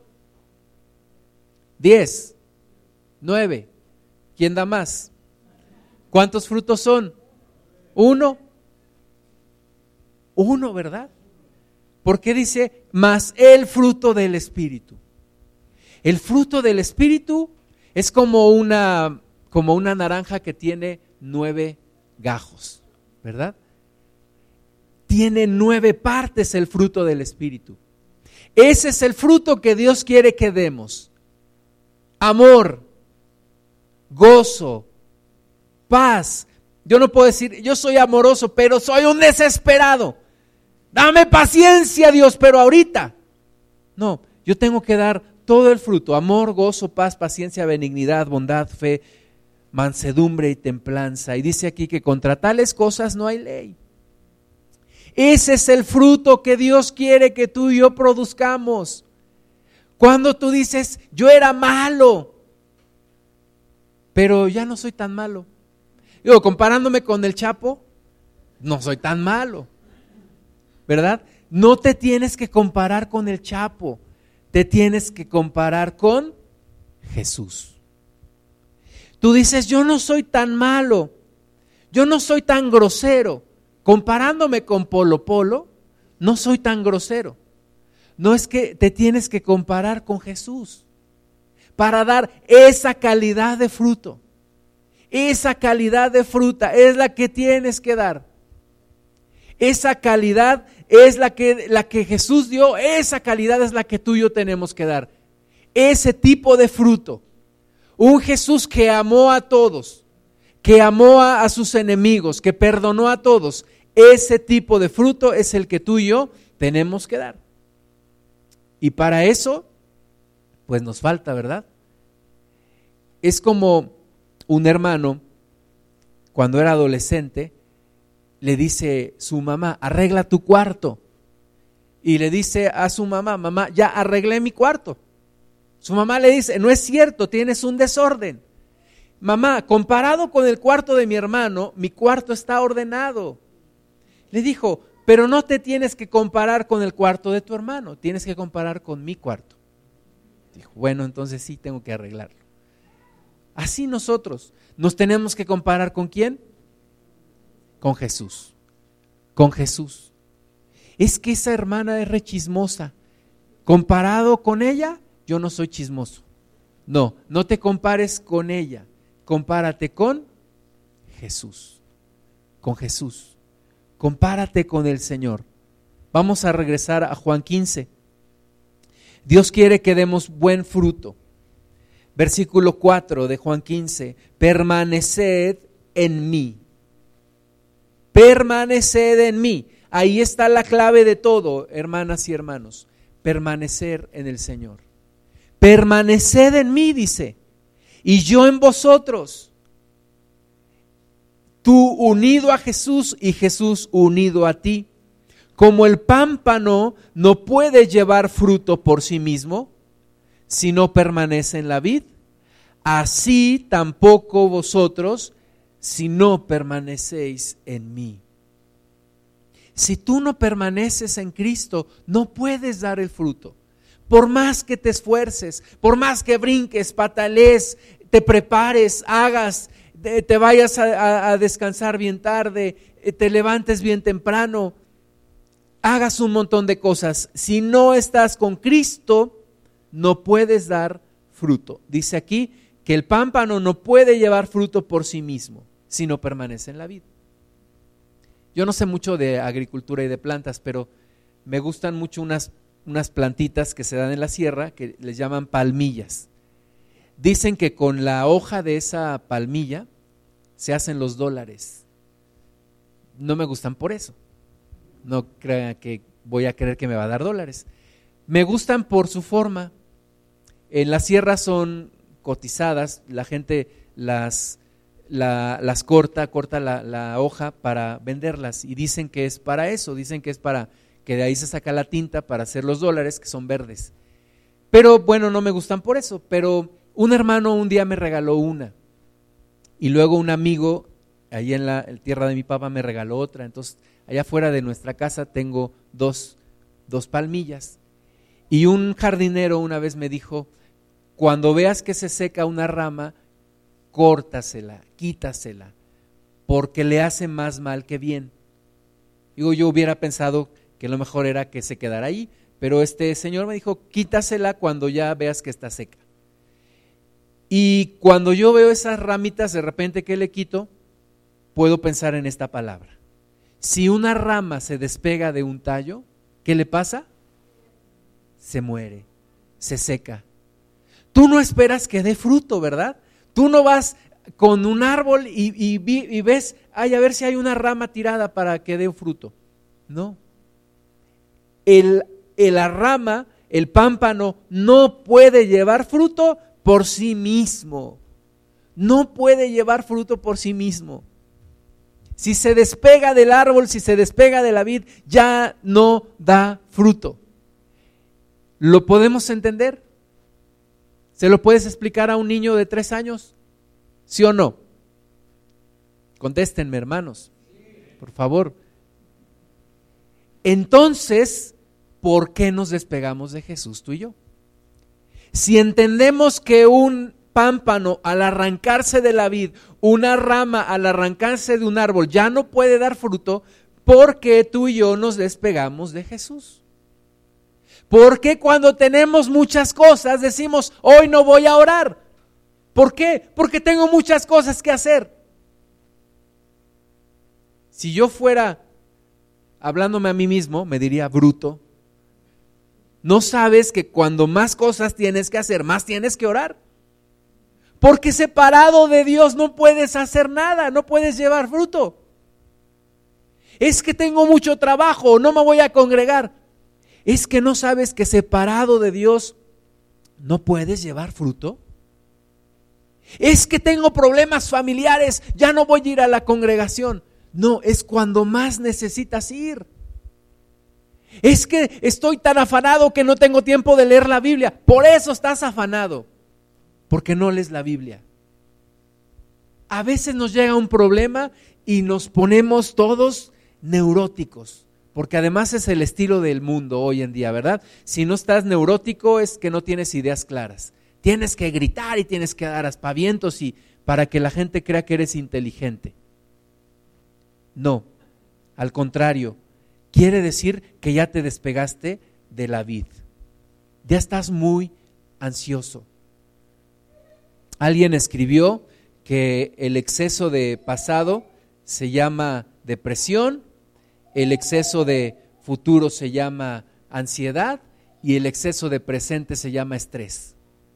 Diez, nueve. ¿Quién da más? ¿Cuántos frutos son? Uno. Uno, ¿verdad? Porque dice, más el fruto del Espíritu. El fruto del Espíritu es como una, como una naranja que tiene nueve gajos, ¿verdad? Tiene nueve partes el fruto del Espíritu. Ese es el fruto que Dios quiere que demos. Amor, gozo, paz. Yo no puedo decir, yo soy amoroso, pero soy un desesperado. Dame paciencia, Dios, pero ahorita. No, yo tengo que dar todo el fruto, amor, gozo, paz, paciencia, benignidad, bondad, fe, mansedumbre y templanza. Y dice aquí que contra tales cosas no hay ley. Ese es el fruto que Dios quiere que tú y yo produzcamos. Cuando tú dices, yo era malo, pero ya no soy tan malo. Digo, comparándome con el Chapo, no soy tan malo, ¿verdad? No te tienes que comparar con el Chapo, te tienes que comparar con Jesús. Tú dices, yo no soy tan malo, yo no soy tan grosero. Comparándome con Polo Polo, no soy tan grosero. No, es que te tienes que comparar con Jesús para dar esa calidad de fruto. Esa calidad de fruta es la que tienes que dar. Esa calidad es la que, la que Jesús dio, esa calidad es la que tú y yo tenemos que dar. Ese tipo de fruto. Un Jesús que amó a todos, que amó a, a sus enemigos, que perdonó a todos. Ese tipo de fruto es el que tú y yo tenemos que dar. Y para eso, pues nos falta, ¿verdad? es como un hermano, cuando era adolescente, le dice su mamá, arregla tu cuarto. Y le dice a su mamá, mamá, ya arreglé mi cuarto. Su mamá le dice, no es cierto, tienes un desorden. Mamá, comparado con el cuarto de mi hermano, mi cuarto está ordenado. Le dijo, pero no te tienes que comparar con el cuarto de tu hermano, tienes que comparar con mi cuarto. Dijo, bueno, entonces sí tengo que arreglarlo. Así nosotros nos tenemos que comparar ¿con quién? Con Jesús. Con Jesús. Es que esa hermana es re chismosa. Comparado con ella, yo no soy chismoso. No, no te compares con ella. Compárate con Jesús. Con Jesús. Compárate con el Señor. Vamos a regresar a Juan quince. Dios quiere que demos buen fruto. Versículo cuatro de Juan quince. Permaneced en mí. Permaneced en mí. Ahí está la clave de todo, hermanas y hermanos. Permanecer en el Señor. Permaneced en mí, dice, y yo en vosotros. Tú unido a Jesús y Jesús unido a ti. Como el pámpano no puede llevar fruto por sí mismo, si no permanece en la vid, así tampoco vosotros, si no permanecéis en mí. Si tú no permaneces en Cristo, no puedes dar el fruto. Por más que te esfuerces, por más que brinques, patalees, te prepares, hagas, te vayas a, a descansar bien tarde, te levantes bien temprano, hagas un montón de cosas. Si no estás con Cristo, no puedes dar fruto. Dice aquí que el pámpano no puede llevar fruto por sí mismo, si no permanece en la vid. Yo no sé mucho de agricultura y de plantas, pero me gustan mucho unas, unas plantitas que se dan en la sierra que les llaman palmillas. Dicen que con la hoja de esa palmilla se hacen los dólares. No me gustan por eso. No crean que voy a creer que me va a dar dólares. Me gustan por su forma. En la sierra son cotizadas, la gente las... La, las corta, corta la, la hoja para venderlas y dicen que es para eso, dicen que es para que de ahí se saca la tinta para hacer los dólares que son verdes. Pero bueno, no me gustan por eso, pero un hermano un día me regaló una y luego un amigo ahí en la en tierra de mi papá me regaló otra, entonces allá afuera de nuestra casa tengo dos, dos palmillas y un jardinero una vez me dijo, cuando veas que se seca una rama, córtasela, quítasela, porque le hace más mal que bien. Digo, yo hubiera pensado que lo mejor era que se quedara ahí, pero este señor me dijo, quítasela cuando ya veas que está seca. Y cuando yo veo esas ramitas de repente que le quito, puedo pensar en esta palabra. Si una rama se despega de un tallo, ¿qué le pasa? Se muere, se seca. Tú no esperas que dé fruto, ¿verdad? Tú no vas con un árbol y, y, y ves, ay, a ver si hay una rama tirada para que dé un fruto. No. El, el, la rama, el pámpano, no puede llevar fruto por sí mismo. No puede llevar fruto por sí mismo. Si se despega del árbol, si se despega de la vid, ya no da fruto. ¿Lo podemos entender? ¿Se lo puedes explicar a un niño de tres años? ¿Sí o no? Contéstenme, hermanos, por favor. Entonces, ¿por qué nos despegamos de Jesús tú y yo? Si entendemos que un pámpano al arrancarse de la vid, una rama al arrancarse de un árbol ya no puede dar fruto, ¿por qué tú y yo nos despegamos de Jesús? Porque cuando tenemos muchas cosas decimos, hoy no voy a orar. ¿Por qué? Porque tengo muchas cosas que hacer. Si yo fuera hablándome a mí mismo, me diría bruto. ¿No sabes que cuando más cosas tienes que hacer, más tienes que orar? Porque separado de Dios no puedes hacer nada, no puedes llevar fruto. Es que tengo mucho trabajo, no me voy a congregar. ¿Es que no sabes que separado de Dios no puedes llevar fruto? Es que tengo problemas familiares, ya no voy a ir a la congregación. No, es cuando más necesitas ir. Es que estoy tan afanado que no tengo tiempo de leer la Biblia. Por eso estás afanado, porque no lees la Biblia. A veces nos llega un problema y nos ponemos todos neuróticos, porque además es el estilo del mundo hoy en día, ¿verdad? Si no estás neurótico es que no tienes ideas claras. Tienes que gritar y tienes que dar aspavientos y para que la gente crea que eres inteligente. No, al contrario, quiere decir que ya te despegaste de la vid. Ya estás muy ansioso. Alguien escribió que el exceso de pasado se llama depresión, el exceso de futuro se llama ansiedad y el exceso de presente se llama estrés.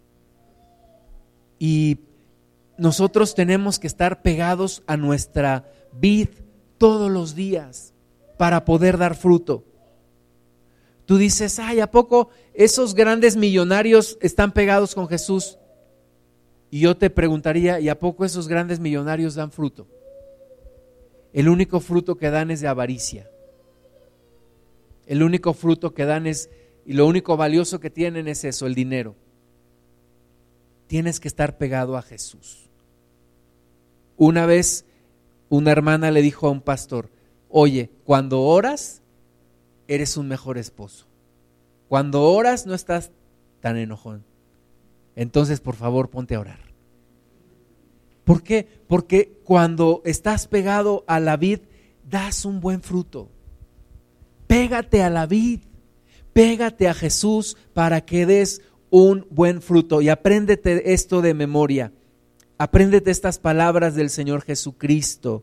Y nosotros tenemos que estar pegados a nuestra vid todos los días para poder dar fruto. Tú dices, ay, ¿a poco esos grandes millonarios están pegados con Jesús? Y yo te preguntaría, ¿y a poco esos grandes millonarios dan fruto? El único fruto que dan es de avaricia. El único fruto que dan es, y lo único valioso que tienen es eso, el dinero. Tienes que estar pegado a Jesús. Una vez una hermana le dijo a un pastor, oye, cuando oras, eres un mejor esposo. Cuando oras no estás tan enojón. Entonces, por favor, ponte a orar. ¿Por qué? Porque cuando estás pegado a la vid, das un buen fruto. Pégate a la vid, pégate a Jesús para que des un buen fruto. Y apréndete esto de memoria. Apréndete estas palabras del Señor Jesucristo.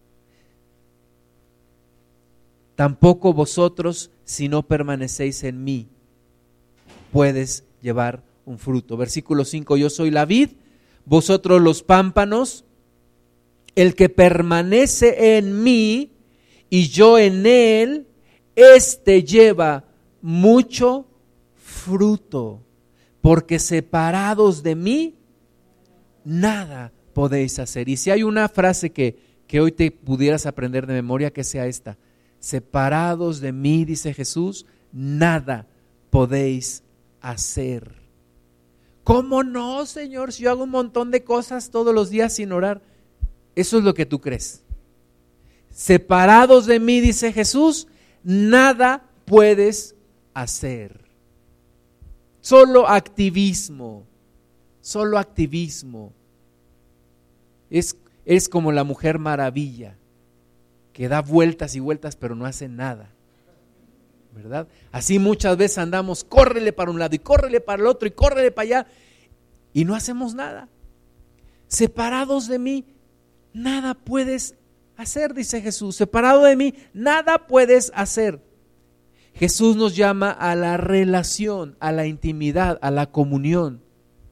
Tampoco vosotros, si no permanecéis en mí, puedes llevar un fruto. Versículo cinco, yo soy la vid, vosotros los pámpanos. El que permanece en mí y yo en él, éste lleva mucho fruto, porque separados de mí, nada podéis hacer. Y si hay una frase que, que hoy te pudieras aprender de memoria, que sea esta: separados de mí, dice Jesús, nada podéis hacer. ¿Cómo no, Señor? Si yo hago un montón de cosas todos los días sin orar. Eso es lo que tú crees. Separados de mí, dice Jesús, nada puedes hacer. Solo activismo, solo activismo. Es, es como la Mujer Maravilla, que da vueltas y vueltas pero no hace nada, ¿verdad? Así muchas veces andamos, córrele para un lado y córrele para el otro y córrele para allá y no hacemos nada. Separados de mí, nada puedes hacer, dice Jesús. Separado de mí, nada puedes hacer. Jesús nos llama a la relación, a la intimidad, a la comunión.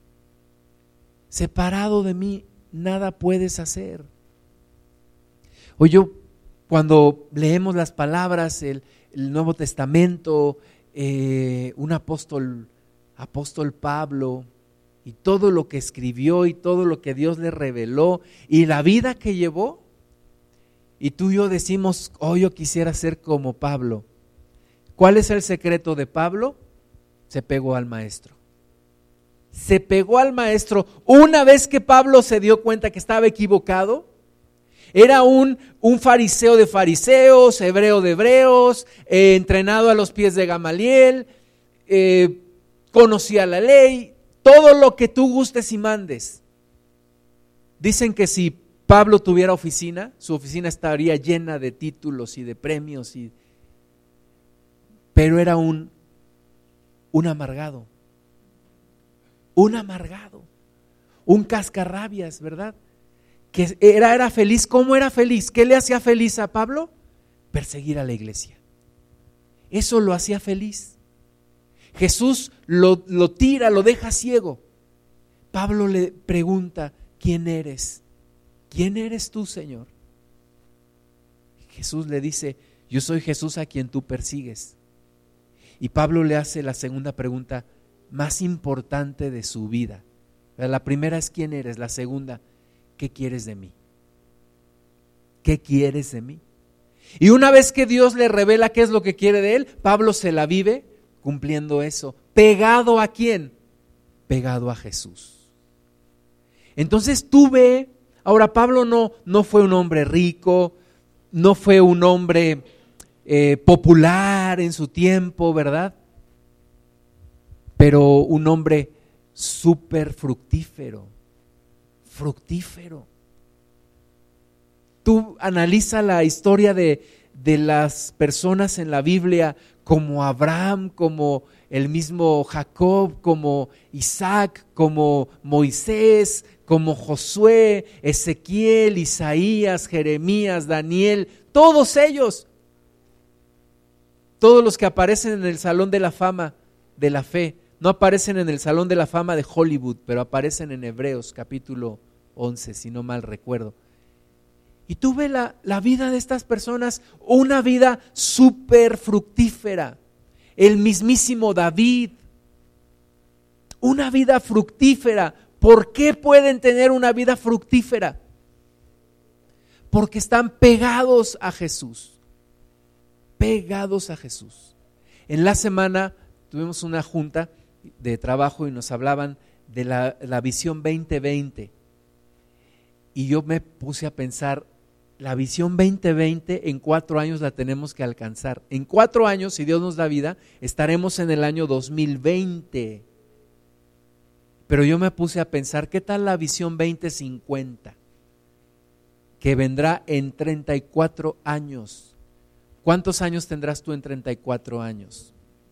Separado de mí, nada puedes hacer. Oye, cuando leemos las palabras, el, el Nuevo Testamento, eh, un apóstol, apóstol Pablo, y todo lo que escribió y todo lo que Dios le reveló y la vida que llevó, y tú y yo decimos, oh, yo quisiera ser como Pablo. ¿Cuál es el secreto de Pablo? Se pegó al maestro. Se pegó al maestro. Una vez que Pablo se dio cuenta que estaba equivocado, era un, un fariseo de fariseos, hebreo de hebreos, eh, entrenado a los pies de Gamaliel, eh, conocía la ley, todo lo que tú gustes y mandes. Dicen que si Pablo tuviera oficina, su oficina estaría llena de títulos y de premios, y, pero era un, un amargado, un amargado, un cascarrabias, ¿verdad? Que era, era feliz. ¿Cómo era feliz? ¿Qué le hacía feliz a Pablo? Perseguir a la iglesia. Eso lo hacía feliz. Jesús lo, lo tira, lo deja ciego. Pablo le pregunta, ¿quién eres? ¿Quién eres tú, Señor? Jesús le dice, yo soy Jesús a quien tú persigues. Y Pablo le hace la segunda pregunta más importante de su vida. La primera es ¿quién eres? La segunda, ¿qué quieres de mí? ¿Qué quieres de mí? Y una vez que Dios le revela qué es lo que quiere de él, Pablo se la vive cumpliendo eso. ¿Pegado a quién? Pegado a Jesús. Entonces tú ve, ahora Pablo no, no fue un hombre rico, no fue un hombre eh, popular en su tiempo, ¿verdad? Pero un hombre súper fructífero, fructífero. Tú analiza la historia de, de las personas en la Biblia como Abraham, como el mismo Jacob, como Isaac, como Moisés, como Josué, Ezequiel, Isaías, Jeremías, Daniel, todos ellos, todos los que aparecen en el Salón de la Fama de la Fe, no aparecen en el Salón de la Fama de Hollywood, pero aparecen en Hebreos capítulo once, si no mal recuerdo. Y tú ves la, la vida de estas personas, una vida súper fructífera. El mismísimo David, una vida fructífera. ¿Por qué pueden tener una vida fructífera? Porque están pegados a Jesús, pegados a Jesús. En la semana tuvimos una junta de trabajo y nos hablaban de la, la visión veinte veinte. Y yo me puse a pensar, la visión veinte veinte en cuatro años la tenemos que alcanzar. En cuatro años, si Dios nos da vida, estaremos en el año dos mil veinte. Pero yo me puse a pensar, ¿qué tal la visión veinte cincuenta? Que vendrá en treinta y cuatro años. ¿Cuántos años tendrás tú en treinta y cuatro años?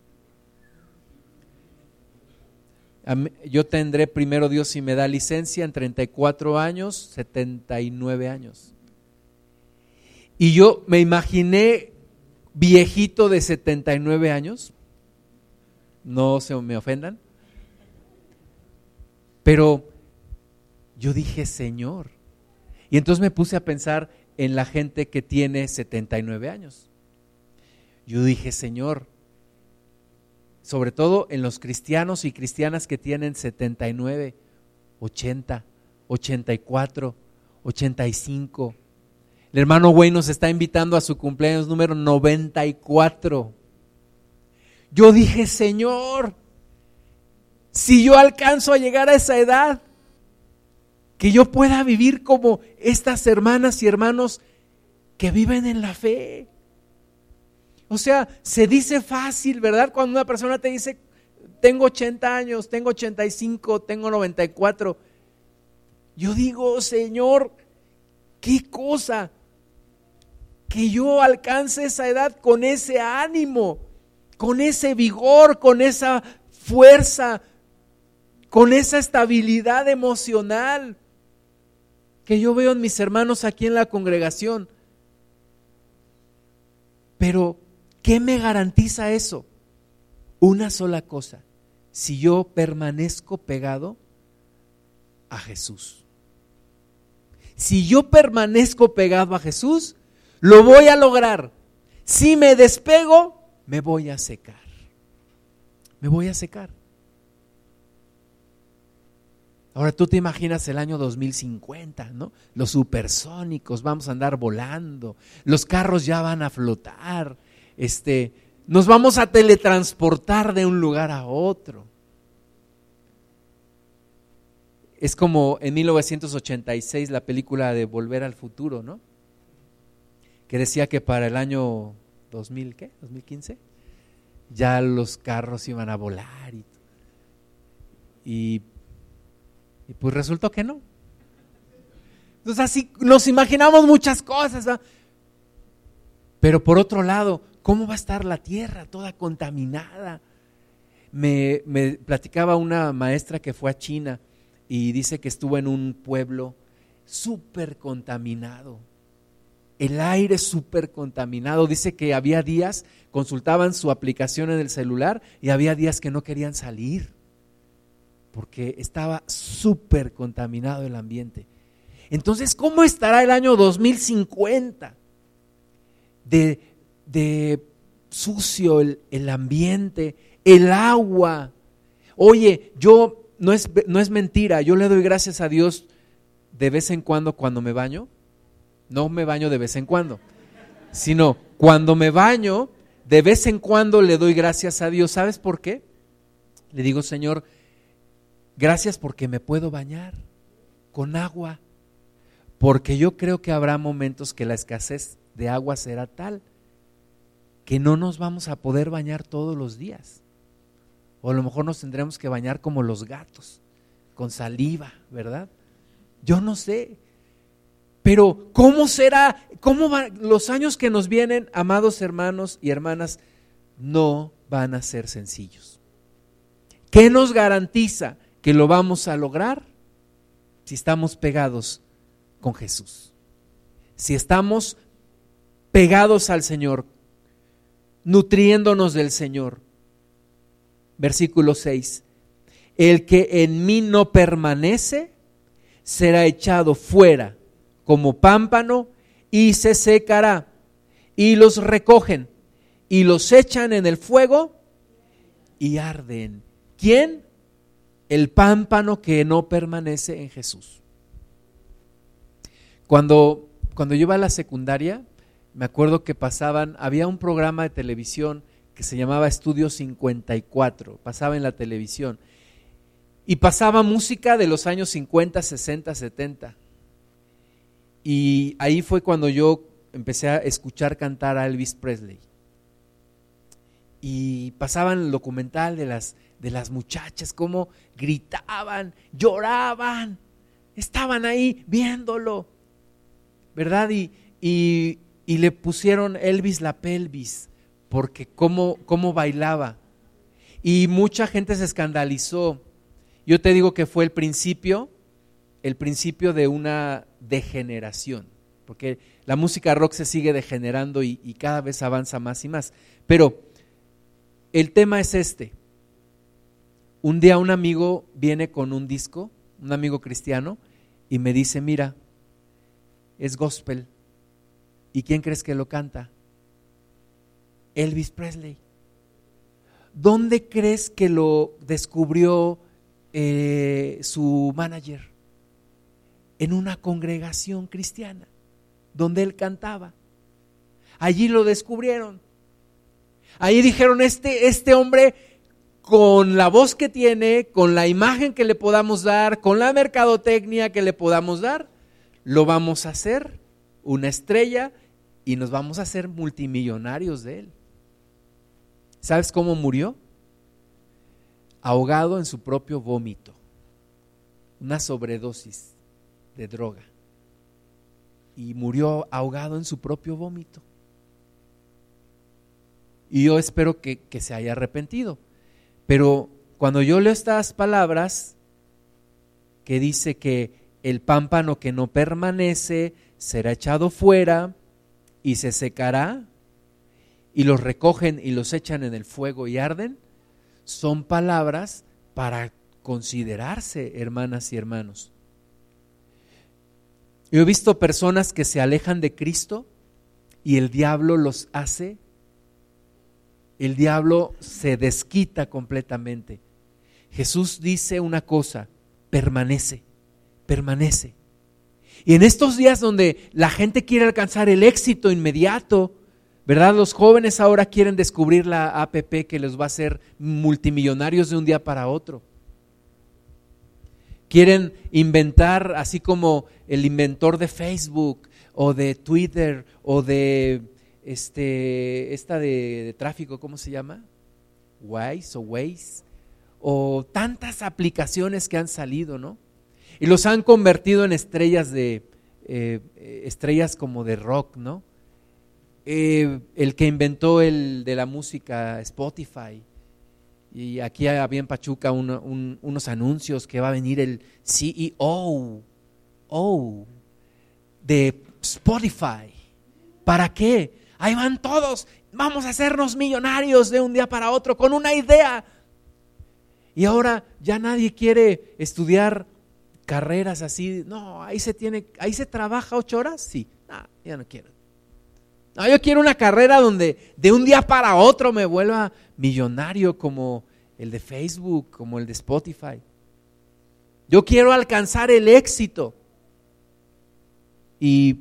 Yo tendré, primero Dios si me da licencia, en treinta y cuatro años, setenta y nueve años. Y yo me imaginé viejito de setenta y nueve años, no se me ofendan, pero yo dije, Señor, y entonces me puse a pensar en la gente que tiene setenta y nueve años. Yo dije, Señor, sobre todo en los cristianos y cristianas que tienen setenta y nueve, ochenta, ochenta y cuatro, ochenta y cinco. El hermano Wayne nos está invitando a su cumpleaños número noventa y cuatro. Yo dije, Señor, si yo alcanzo a llegar a esa edad, que yo pueda vivir como estas hermanas y hermanos que viven en la fe. O sea, se dice fácil, ¿verdad? Cuando una persona te dice, tengo ochenta años, tengo ochenta y cinco, tengo noventa y cuatro. Yo digo, Señor, qué cosa, que yo alcance esa edad con ese ánimo, con ese vigor, con esa fuerza, con esa estabilidad emocional que yo veo en mis hermanos aquí en la congregación. Pero ¿qué me garantiza eso? Una sola cosa: si yo permanezco pegado a Jesús. Si yo permanezco pegado a Jesús, lo voy a lograr. Si me despego, me voy a secar. Me voy a secar. Ahora tú te imaginas el año dos mil cincuenta, ¿no? Los supersónicos, vamos a andar volando, los carros ya van a flotar, este, nos vamos a teletransportar de un lugar a otro. Es como en mil novecientos ochenta y seis la película de Volver al Futuro, ¿no? Que decía que para el año dos mil, ¿qué? ¿dos mil quince? Ya los carros iban a volar y, y, y pues resultó que no. Entonces así nos imaginamos muchas cosas, ¿verdad? Pero por otro lado, ¿cómo va a estar la tierra toda contaminada? Me, me platicaba una maestra que fue a China y dice que estuvo en un pueblo súper contaminado. El aire súper contaminado. Dice que había días, consultaban su aplicación en el celular y había días que no querían salir porque estaba súper contaminado el ambiente. Entonces, ¿cómo estará el año dos mil cincuenta? De, de sucio el, el ambiente, el agua. Oye, yo no es, no es mentira, yo le doy gracias a Dios de vez en cuando cuando me baño. No me baño de vez en cuando, sino cuando me baño, de vez en cuando le doy gracias a Dios. ¿Sabes por qué? Le digo, Señor, gracias porque me puedo bañar con agua, porque yo creo que habrá momentos que la escasez de agua será tal que no nos vamos a poder bañar todos los días, o a lo mejor nos tendremos que bañar como los gatos, con saliva, ¿verdad? Yo no sé, pero ¿cómo será? ¿Cómo van los años que nos vienen, amados hermanos y hermanas? No van a ser sencillos. ¿Qué nos garantiza que lo vamos a lograr? Si estamos pegados con Jesús, si estamos pegados al Señor, nutriéndonos del Señor. Versículo seis, el que en mí no permanece será echado fuera como pámpano y se secará, y los recogen y los echan en el fuego y arden. ¿Quién? El pámpano que no permanece en Jesús. Cuando, cuando yo iba a la secundaria, me acuerdo que pasaban, había un programa de televisión que se llamaba Estudio cincuenta y cuatro, pasaba en la televisión, y pasaba música de los años cincuenta, sesenta, setenta. Y ahí fue cuando yo empecé a escuchar cantar a Elvis Presley. Y pasaban el documental de las, de las muchachas, cómo gritaban, lloraban, estaban ahí viéndolo, ¿verdad? Y, y, y le pusieron Elvis la pelvis, porque cómo, cómo bailaba. Y mucha gente se escandalizó. Yo te digo que fue el principio, el principio de una degeneración, porque la música rock se sigue degenerando y, y cada vez avanza más y más. Pero el tema es este. Un día un amigo viene con un disco, un amigo cristiano, y me dice, mira, es gospel. ¿Y quién crees que lo canta? Elvis Presley. ¿Dónde crees que lo descubrió eh, su manager? En una congregación cristiana donde él cantaba. Allí lo descubrieron. Allí dijeron, este, este hombre, con la voz que tiene, con la imagen que le podamos dar, con la mercadotecnia que le podamos dar, lo vamos a hacer una estrella y nos vamos a hacer multimillonarios de él. ¿Sabes cómo murió? Ahogado en su propio vómito. Una sobredosis de droga. Y murió ahogado en su propio vómito. Y yo espero que, que se haya arrepentido. Pero cuando yo leo estas palabras que dice que el pámpano que no permanece será echado fuera y se secará, y los recogen y los echan en el fuego y arden, son palabras para considerarse, hermanas y hermanos. Yo he visto personas que se alejan de Cristo y el diablo los hace, el diablo se desquita completamente. Jesús dice una cosa, permanece, permanece. Y en estos días donde la gente quiere alcanzar el éxito inmediato, ¿verdad? Los jóvenes ahora quieren descubrir la app que les va a hacer multimillonarios de un día para otro. Quieren inventar, así como el inventor de Facebook o de Twitter o de este, esta de, de tráfico, ¿cómo se llama? Waze o Waze, o tantas aplicaciones que han salido, ¿no? Y los han convertido en estrellas de eh, estrellas como de rock, ¿no? Eh, el que inventó el de la música, Spotify. Y aquí había en Pachuca un, un, unos anuncios que va a venir el C E O oh, de Spotify. ¿Para qué? Ahí van todos, vamos a hacernos millonarios de un día para otro con una idea. Y ahora ya nadie quiere estudiar carreras así. No, ahí se tiene, ahí se trabaja ocho horas. Sí, no, ya no quiero. No, yo quiero una carrera donde de un día para otro me vuelva millonario como el de Facebook, como el de Spotify. Yo quiero alcanzar el éxito. Y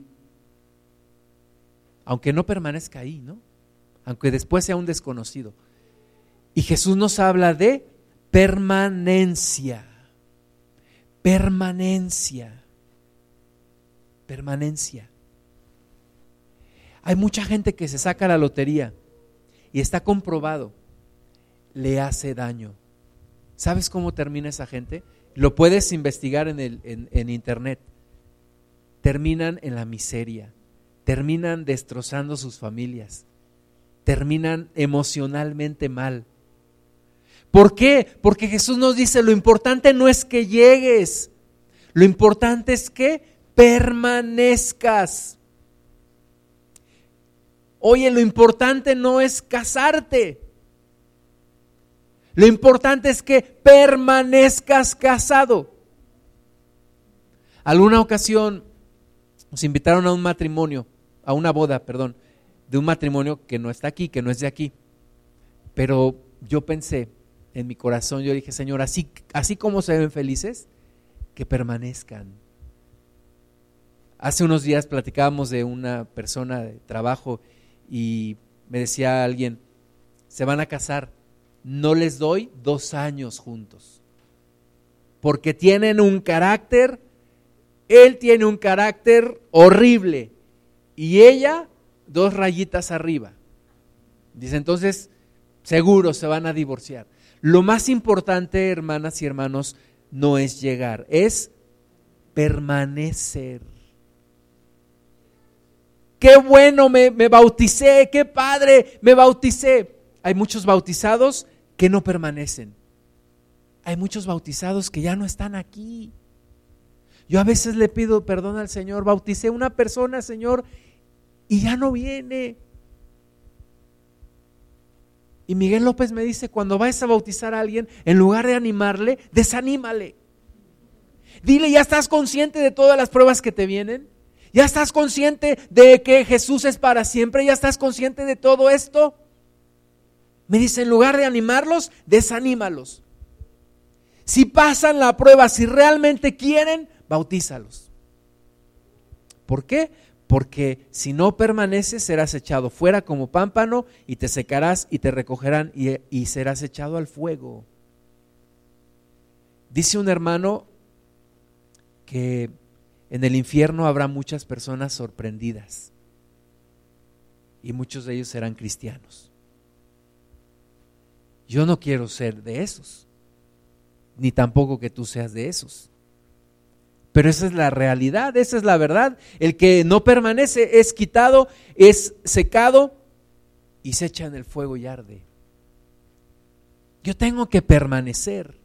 aunque no permanezca ahí, ¿no? Aunque después sea un desconocido. Y Jesús nos habla de permanencia. Permanencia. Permanencia. Hay mucha gente que se saca la lotería y está comprobado, le hace daño. ¿Sabes cómo termina esa gente? Lo puedes investigar en, el, en, en internet. Terminan en la miseria, terminan destrozando sus familias, terminan emocionalmente mal. ¿Por qué? Porque Jesús nos dice, lo importante no es que llegues, lo importante es que permanezcas. Oye, lo importante no es casarte, lo importante es que permanezcas casado. Alguna ocasión nos invitaron a un matrimonio, a una boda, perdón, de un matrimonio que no está aquí, que no es de aquí. Pero yo pensé en mi corazón, yo dije, Señor, así, así como se ven felices, que permanezcan. Hace unos días platicábamos de una persona de trabajo y me decía alguien, se van a casar, no les doy dos años juntos, porque tienen un carácter, él tiene un carácter horrible y ella dos rayitas arriba. Dice, entonces seguro se van a divorciar. Lo más importante, hermanas y hermanos, no es llegar, es permanecer. Qué bueno, me, me bauticé, qué padre, me bauticé. Hay muchos bautizados que no permanecen. Hay muchos bautizados que ya no están aquí. Yo a veces le pido perdón al Señor, bauticé a una persona, Señor, y ya no viene. Y Miguel López me dice, cuando vayas a bautizar a alguien, en lugar de animarle, desanímale. Dile, ¿ya estás consciente de todas las pruebas que te vienen? ¿Ya estás consciente de que Jesús es para siempre? ¿Ya estás consciente de todo esto? Me dice, en lugar de animarlos, desanímalos. Si pasan la prueba, si realmente quieren, bautízalos. ¿Por qué? Porque si no permaneces, serás echado fuera como pámpano y te secarás y te recogerán y, y serás echado al fuego. Dice un hermano que en el infierno habrá muchas personas sorprendidas y muchos de ellos serán cristianos. Yo no quiero ser de esos, ni tampoco que tú seas de esos. Pero esa es la realidad, esa es la verdad. El que no permanece es quitado, es secado y se echa en el fuego y arde. Yo tengo que permanecer.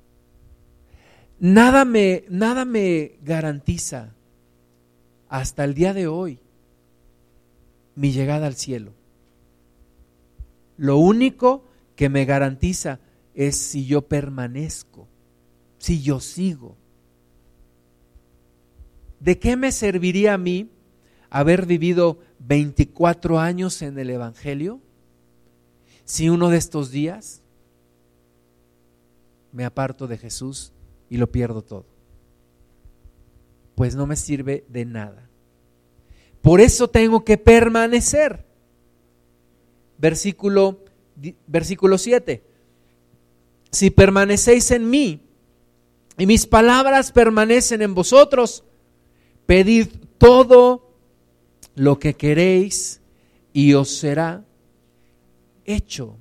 Nada me, nada me garantiza hasta el día de hoy mi llegada al cielo. Lo único que me garantiza es si yo permanezco, si yo sigo. ¿De qué me serviría a mí haber vivido veinticuatro años en el Evangelio si uno de estos días me aparto de Jesús y lo pierdo todo? Pues no me sirve de nada. Por eso tengo que permanecer. Versículo, versículo siete. Si permanecéis en mí y mis palabras permanecen en vosotros, pedid todo lo que queréis y os será hecho.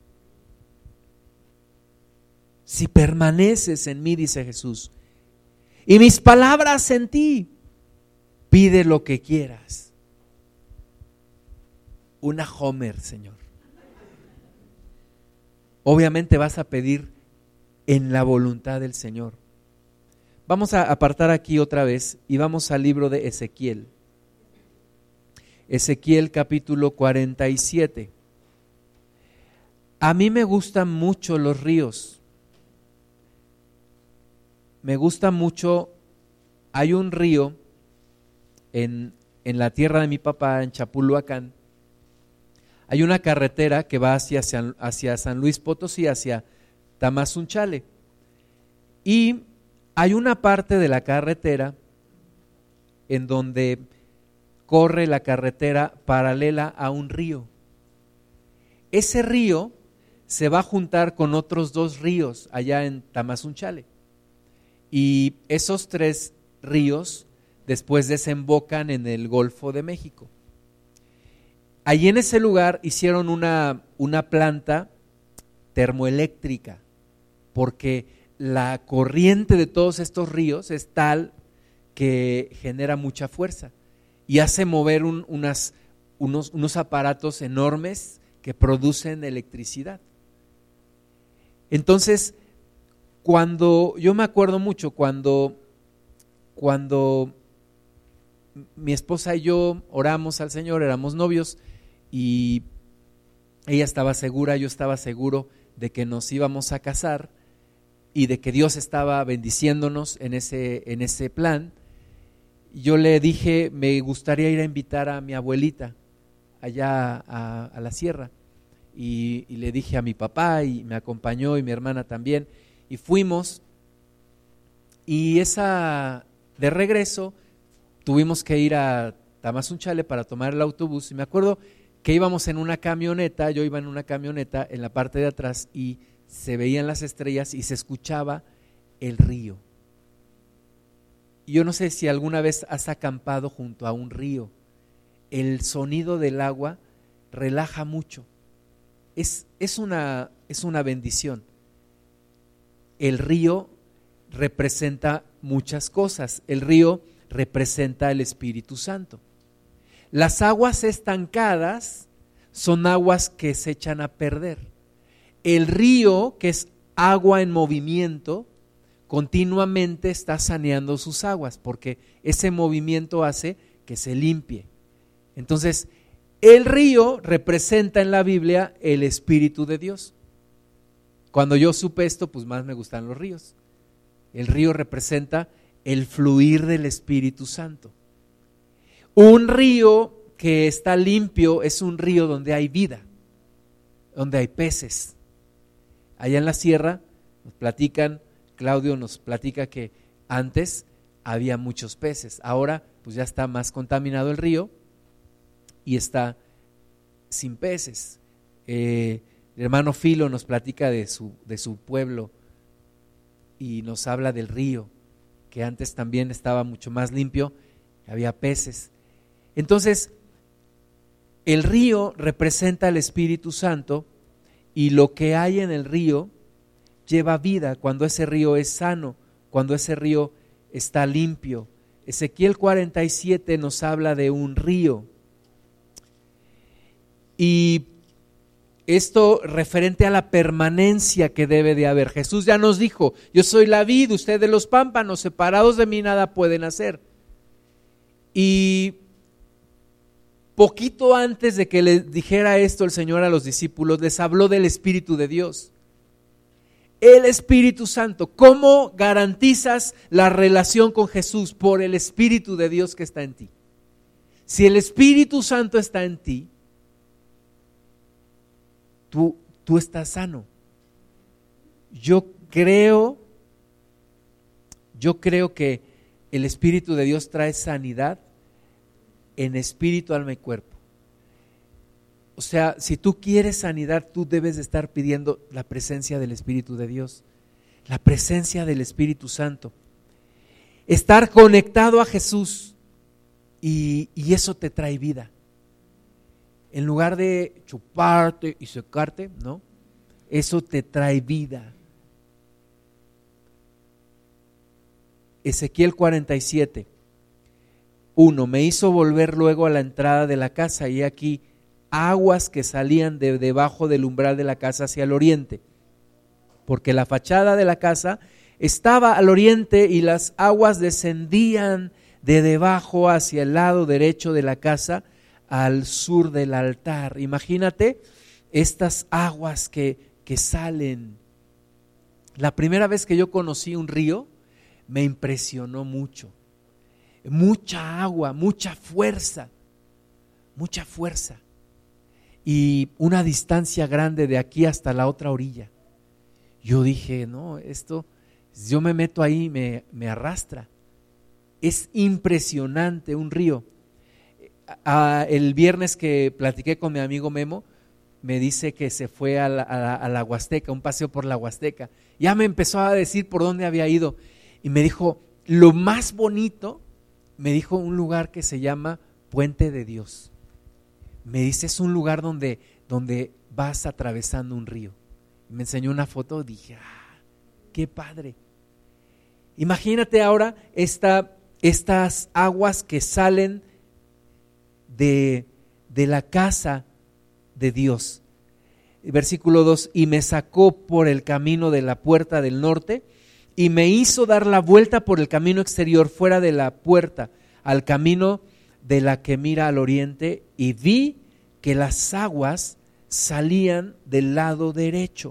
Si permaneces en mí, dice Jesús, y mis palabras en ti, pide lo que quieras. Una Homer, Señor. Obviamente vas a pedir en la voluntad del Señor. Vamos a apartar aquí otra vez y vamos al libro de Ezequiel. Ezequiel capítulo cuarenta y siete. A mí me gustan mucho los ríos. Me gusta mucho, hay un río en, en la tierra de mi papá, en Chapulhuacán. Hay una carretera que va hacia, hacia San Luis Potosí, hacia Tamazunchale. Y hay una parte de la carretera en donde corre la carretera paralela a un río. Ese río se va a juntar con otros dos ríos allá en Tamazunchale. Y esos tres ríos después desembocan en el Golfo de México. Allí en ese lugar hicieron una, una planta termoeléctrica, porque la corriente de todos estos ríos es tal que genera mucha fuerza y hace mover un, unas, unos, unos aparatos enormes que producen electricidad. Entonces, cuando, yo me acuerdo mucho cuando, cuando mi esposa y yo oramos al Señor, éramos novios y ella estaba segura, yo estaba seguro de que nos íbamos a casar y de que Dios estaba bendiciéndonos en ese, en ese plan. Yo le dije, me gustaría ir a invitar a mi abuelita allá a, a la sierra, y, y le dije a mi papá, y me acompañó, y mi hermana también, y fuimos, y esa de regreso tuvimos que ir a Tamazunchale para tomar el autobús, y me acuerdo que íbamos en una camioneta, yo iba en una camioneta en la parte de atrás, y se veían las estrellas y se escuchaba el río. Yo no sé si alguna vez has acampado junto a un río. El sonido del agua relaja mucho. Es, es, una, es una bendición. El río representa muchas cosas. El río representa el Espíritu Santo. Las aguas estancadas son aguas que se echan a perder. El río, que es agua en movimiento, continuamente está saneando sus aguas, porque ese movimiento hace que se limpie. Entonces, el río representa en la Biblia el Espíritu de Dios. Cuando yo supe esto, pues más me gustan los ríos. El río representa el fluir del Espíritu Santo. Un río que está limpio es un río donde hay vida, donde hay peces. Allá en la sierra nos platican, Claudio nos platica que antes había muchos peces, ahora pues ya está más contaminado el río y está sin peces. Eh, el hermano Filo nos platica de su, de su pueblo y nos habla del río, que antes también estaba mucho más limpio, había peces. Entonces, el río representa al Espíritu Santo, y lo que hay en el río lleva vida cuando ese río es sano, cuando ese río está limpio. Ezequiel cuarenta y siete nos habla de un río. Y esto referente a la permanencia que debe de haber. Jesús ya nos dijo, yo soy la vid, ustedes los pámpanos, separados de mí nada pueden hacer. Y poquito antes de que les dijera esto el Señor a los discípulos, les habló del Espíritu de Dios. El Espíritu Santo. ¿Cómo garantizas la relación con Jesús? Por el Espíritu de Dios que está en ti. Si el Espíritu Santo está en ti, tú, tú estás sano. Yo creo, yo creo que el Espíritu de Dios trae sanidad en espíritu, alma y cuerpo. O sea, si tú quieres sanidad, tú debes de estar pidiendo la presencia del Espíritu de Dios, la presencia del Espíritu Santo. Estar conectado a Jesús y, y eso te trae vida. En lugar de chuparte y secarte, ¿no? Eso te trae vida. Ezequiel cuarenta y siete. Uno, me hizo volver luego a la entrada de la casa y aquí aguas que salían de debajo del umbral de la casa hacia el oriente, porque la fachada de la casa estaba al oriente y las aguas descendían de debajo hacia el lado derecho de la casa al sur del altar. Imagínate estas aguas que, que salen. La primera vez que yo conocí un río me impresionó mucho. Mucha agua, mucha fuerza, mucha fuerza y una distancia grande de aquí hasta la otra orilla. Yo dije, no, esto Yo me meto ahí, me, me arrastra. Es impresionante un río. A, a, el viernes que platiqué con mi amigo Memo, me dice que se fue a la, a, la, a la Huasteca, un paseo por la Huasteca. Ya me empezó a decir por dónde había ido y me dijo, lo más bonito, me dijo un lugar que se llama Puente de Dios. Me dice, es un lugar donde, donde vas atravesando un río. Me enseñó una foto, dije, ah, qué padre. Imagínate ahora esta, estas aguas que salen de, de la casa de Dios. Versículo dos, y me sacó por el camino de la puerta del norte y me hizo dar la vuelta por el camino exterior fuera de la puerta al camino de la que mira al oriente, y vi que las aguas salían del lado derecho.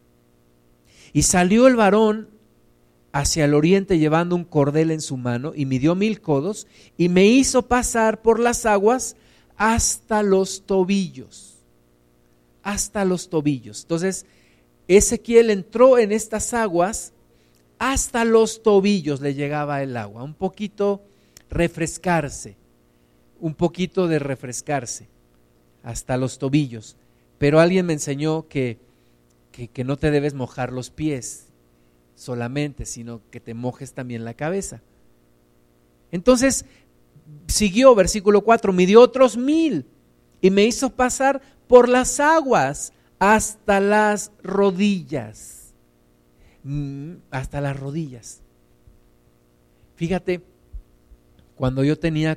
Y salió el varón hacia el oriente llevando un cordel en su mano y midió mil codos y me hizo pasar por las aguas hasta los tobillos, hasta los tobillos. Entonces Ezequiel entró en estas aguas, hasta los tobillos le llegaba el agua, un poquito refrescarse, un poquito de refrescarse, hasta los tobillos. Pero alguien me enseñó que, que, que no te debes mojar los pies solamente, sino que te mojes también la cabeza. Entonces siguió, versículo cuatro, midió otros mil y me hizo pasar por las aguas hasta las rodillas, hasta las rodillas. Fíjate, cuando yo tenía,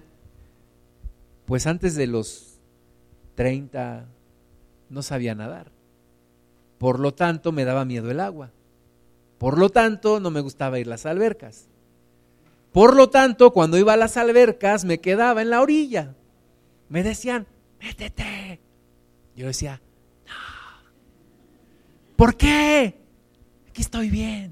pues antes de los treinta, no sabía nadar, por lo tanto me daba miedo el agua. Por lo tanto, no me gustaba ir a las albercas. Por lo tanto, cuando iba a las albercas, me quedaba en la orilla. Me decían, métete. Yo decía, no. ¿Por qué? Aquí estoy bien.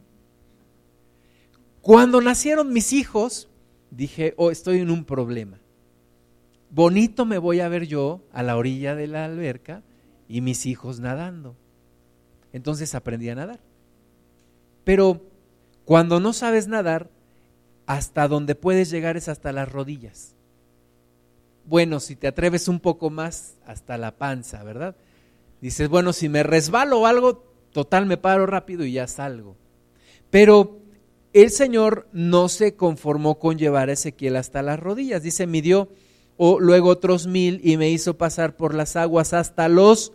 Cuando nacieron mis hijos, dije, oh, estoy en un problema. Bonito me voy a ver yo a la orilla de la alberca y mis hijos nadando. Entonces aprendí a nadar. Pero cuando no sabes nadar, hasta donde puedes llegar es hasta las rodillas. Bueno, si te atreves un poco más, hasta la panza, ¿verdad? Dices, bueno, si me resbalo o algo, total me paro rápido y ya salgo. Pero el Señor no se conformó con llevar a Ezequiel hasta las rodillas. Dice, midió o luego otros mil y me hizo pasar por las aguas hasta los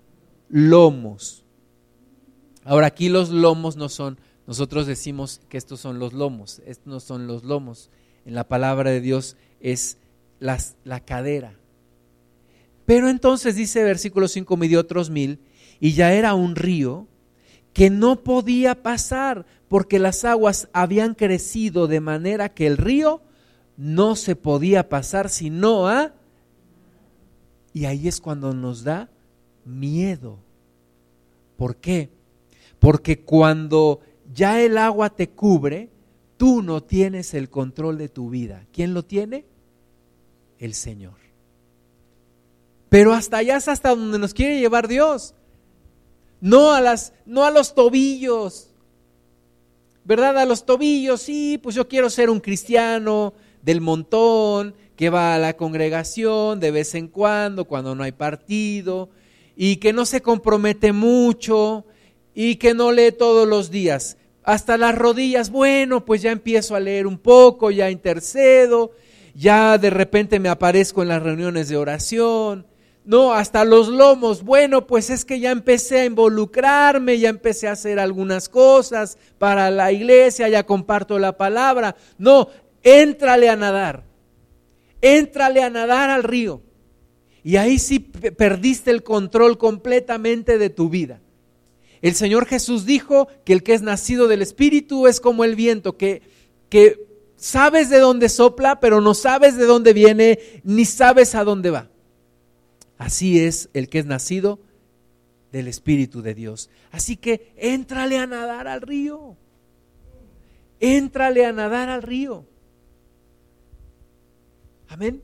lomos. Ahora aquí los lomos no son, nosotros decimos que estos son los lomos, estos no son los lomos. En la palabra de Dios es las, la cadera. Pero entonces dice versículo cinco, midió otros mil y ya era un río que no podía pasar porque las aguas habían crecido de manera que el río no se podía pasar sino a... Y ahí es cuando nos da miedo. ¿Por qué? Porque cuando ya el agua te cubre, tú no tienes el control de tu vida. ¿Quién lo tiene? El Señor. Pero hasta allá es hasta donde nos quiere llevar Dios. No a las, no a los tobillos. ¿Verdad? A los tobillos, sí, pues yo quiero ser un cristiano del montón, que va a la congregación de vez en cuando, cuando no hay partido, y que no se compromete mucho, y que no lee todos los días, hasta las rodillas. Bueno, pues ya empiezo a leer un poco, ya intercedo, ya de repente me aparezco en las reuniones de oración. No, hasta los lomos. Bueno, pues es que ya empecé a involucrarme, ya empecé a hacer algunas cosas para la iglesia, ya comparto la palabra. No, éntrale a nadar, éntrale a nadar al río, y ahí sí perdiste el control completamente de tu vida. El Señor Jesús dijo que el que es nacido del Espíritu es como el viento, que, que sabes de dónde sopla, pero no sabes de dónde viene, ni sabes a dónde va. Así es el que es nacido del Espíritu de Dios. Así que éntrale a nadar al río, éntrale a nadar al río. Amén.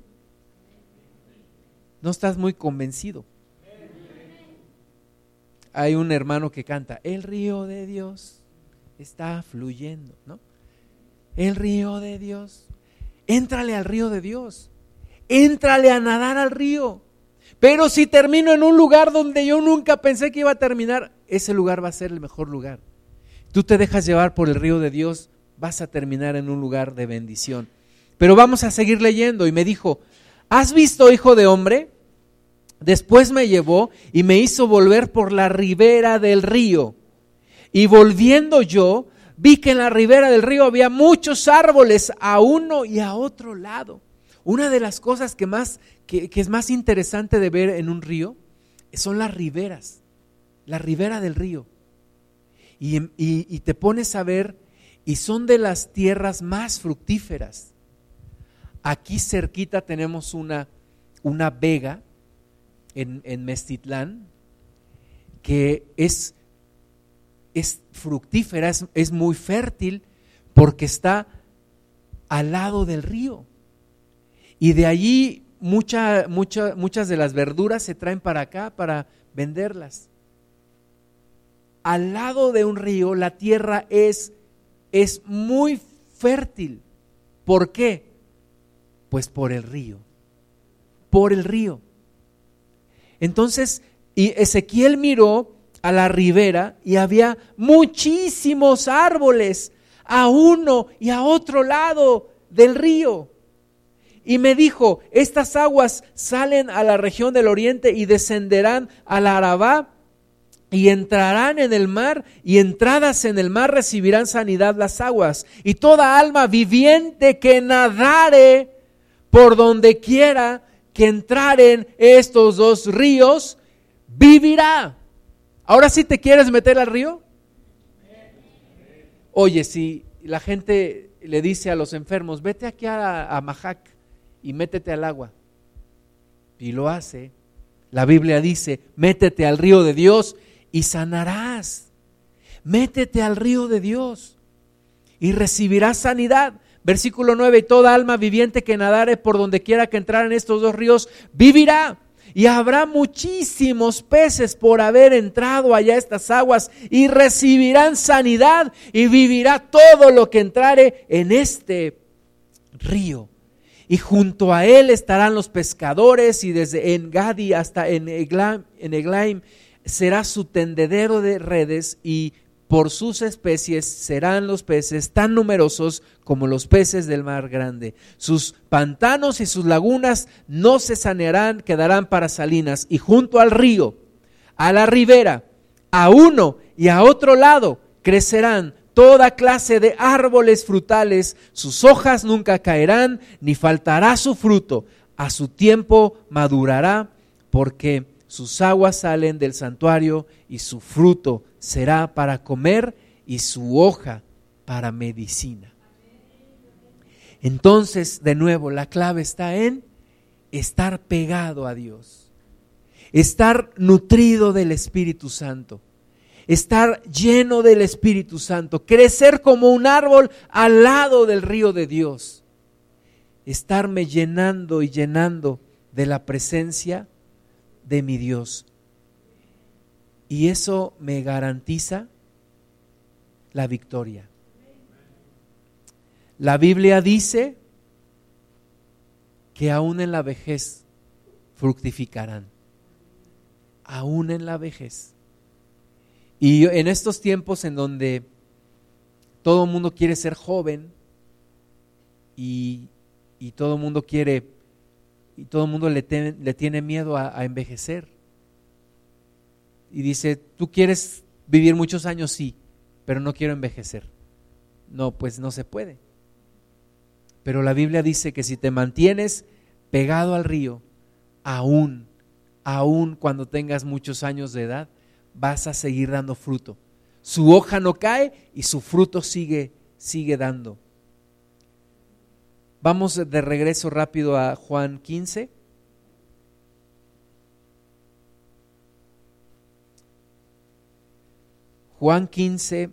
No estás muy convencido. Hay un hermano que canta, el río de Dios está fluyendo, ¿no? El río de Dios. Éntrale al río de Dios. Éntrale a nadar al río. Pero si termino en un lugar donde yo nunca pensé que iba a terminar, ese lugar va a ser el mejor lugar. Tú te dejas llevar por el río de Dios, vas a terminar en un lugar de bendición. Pero vamos a seguir leyendo. Y me dijo, ¿has visto, hijo de hombre? Después me llevó y me hizo volver por la ribera del río. Y volviendo yo, vi que en la ribera del río había muchos árboles a uno y a otro lado. Una de las cosas que, más, que, que es más interesante de ver en un río son las riberas, la ribera del río. Y, y, y te pones a ver, y son de las tierras más fructíferas. Aquí cerquita tenemos una, una vega en, en Meztitlán que es, es fructífera, es, es muy fértil porque está al lado del río. Y de allí mucha, mucha, muchas de las verduras se traen para acá para venderlas. Al lado de un río la tierra es, es muy fértil. ¿Por qué? Pues por el río. Por el río. Entonces, y Ezequiel miró a la ribera y había muchísimos árboles a uno y a otro lado del río. Y me dijo, estas aguas salen a la región del oriente y descenderán a la Arabá y entrarán en el mar, y entradas en el mar recibirán sanidad las aguas. Y toda alma viviente que nadare por donde quiera que entraren estos dos ríos, vivirá. ¿Ahora sí te quieres meter al río? Oye, si la gente le dice a los enfermos, vete aquí a, a Majac y métete al agua, y lo hace, la Biblia dice, métete al río de Dios y sanarás. Métete al río de Dios y recibirás sanidad. Versículo nueve, y toda alma viviente que nadare por donde quiera que entrar en estos dos ríos, vivirá. Y habrá muchísimos peces por haber entrado allá a estas aguas, y recibirán sanidad, y vivirá todo lo que entrare en este río. Y junto a él estarán los pescadores, y desde En-Gadi hasta En-Eglaim, En-Eglaim será su tendedero de redes, y por sus especies serán los peces tan numerosos como los peces del mar grande. Sus pantanos y sus lagunas no se sanearán, quedarán para salinas. Y junto al río, a la ribera, a uno y a otro lado, crecerán toda clase de árboles frutales. Sus hojas nunca caerán, ni faltará su fruto. A su tiempo madurará, porque sus aguas salen del santuario, y su fruto será para comer y su hoja para medicina. Entonces, de nuevo, la clave está en estar pegado a Dios, estar nutrido del Espíritu Santo, estar lleno del Espíritu Santo, crecer como un árbol al lado del río de Dios, estarme llenando y llenando de la presencia de mi Dios. Y eso me garantiza la victoria. La Biblia dice que aún en la vejez fructificarán. Aún en la vejez. Y en estos tiempos en donde todo el mundo quiere ser joven y, y todo el mundo quiere y todo el mundo le, te, le tiene miedo a, a envejecer. Y dice, ¿tú quieres vivir muchos años? Sí, pero no quiero envejecer. No, pues no se puede. Pero la Biblia dice que si te mantienes pegado al río, aún, aún cuando tengas muchos años de edad, vas a seguir dando fruto. Su hoja no cae y su fruto sigue, sigue dando. Vamos de regreso rápido a Juan quince. Juan quince,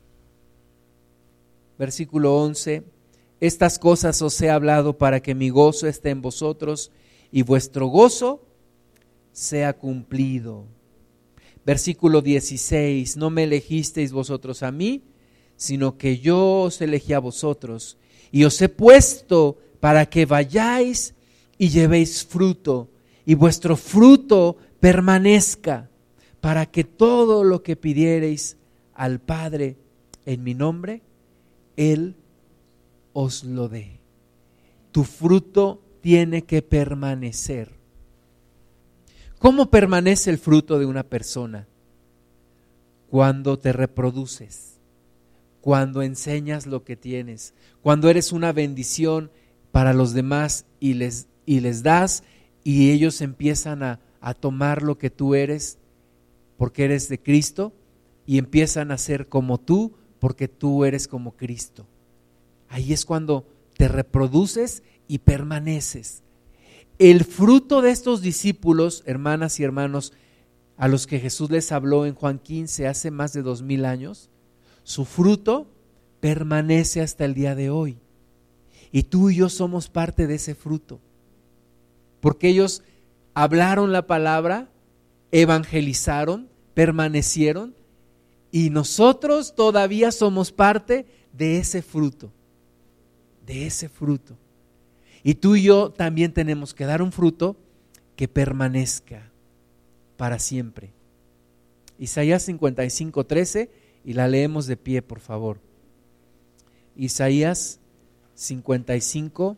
versículo once. Estas cosas os he hablado para que mi gozo esté en vosotros y vuestro gozo sea cumplido. Versículo dieciséis. No me elegisteis vosotros a mí, sino que yo os elegí a vosotros y os he puesto para que vayáis y llevéis fruto, y vuestro fruto permanezca, para que todo lo que pidiereis al Padre en mi nombre, Él os lo dé. Tu fruto tiene que permanecer. ¿Cómo permanece el fruto de una persona? Cuando te reproduces, cuando enseñas lo que tienes, cuando eres una bendición para los demás y les, y les das, y ellos empiezan a, a tomar lo que tú eres porque eres de Cristo, y empiezan a ser como tú porque tú eres como Cristo. Ahí es cuando te reproduces y permaneces. El fruto de estos discípulos, hermanas y hermanos, a los que Jesús les habló en Juan quince hace más de dos mil años, su fruto permanece hasta el día de hoy. Y tú y yo somos parte de ese fruto, porque ellos hablaron la palabra, evangelizaron, permanecieron, y nosotros todavía somos parte de ese fruto, de ese fruto. Y tú y yo también tenemos que dar un fruto que permanezca para siempre. Isaías cincuenta y cinco, trece, y la leemos de pie, por favor. Isaías cincuenta y cinco,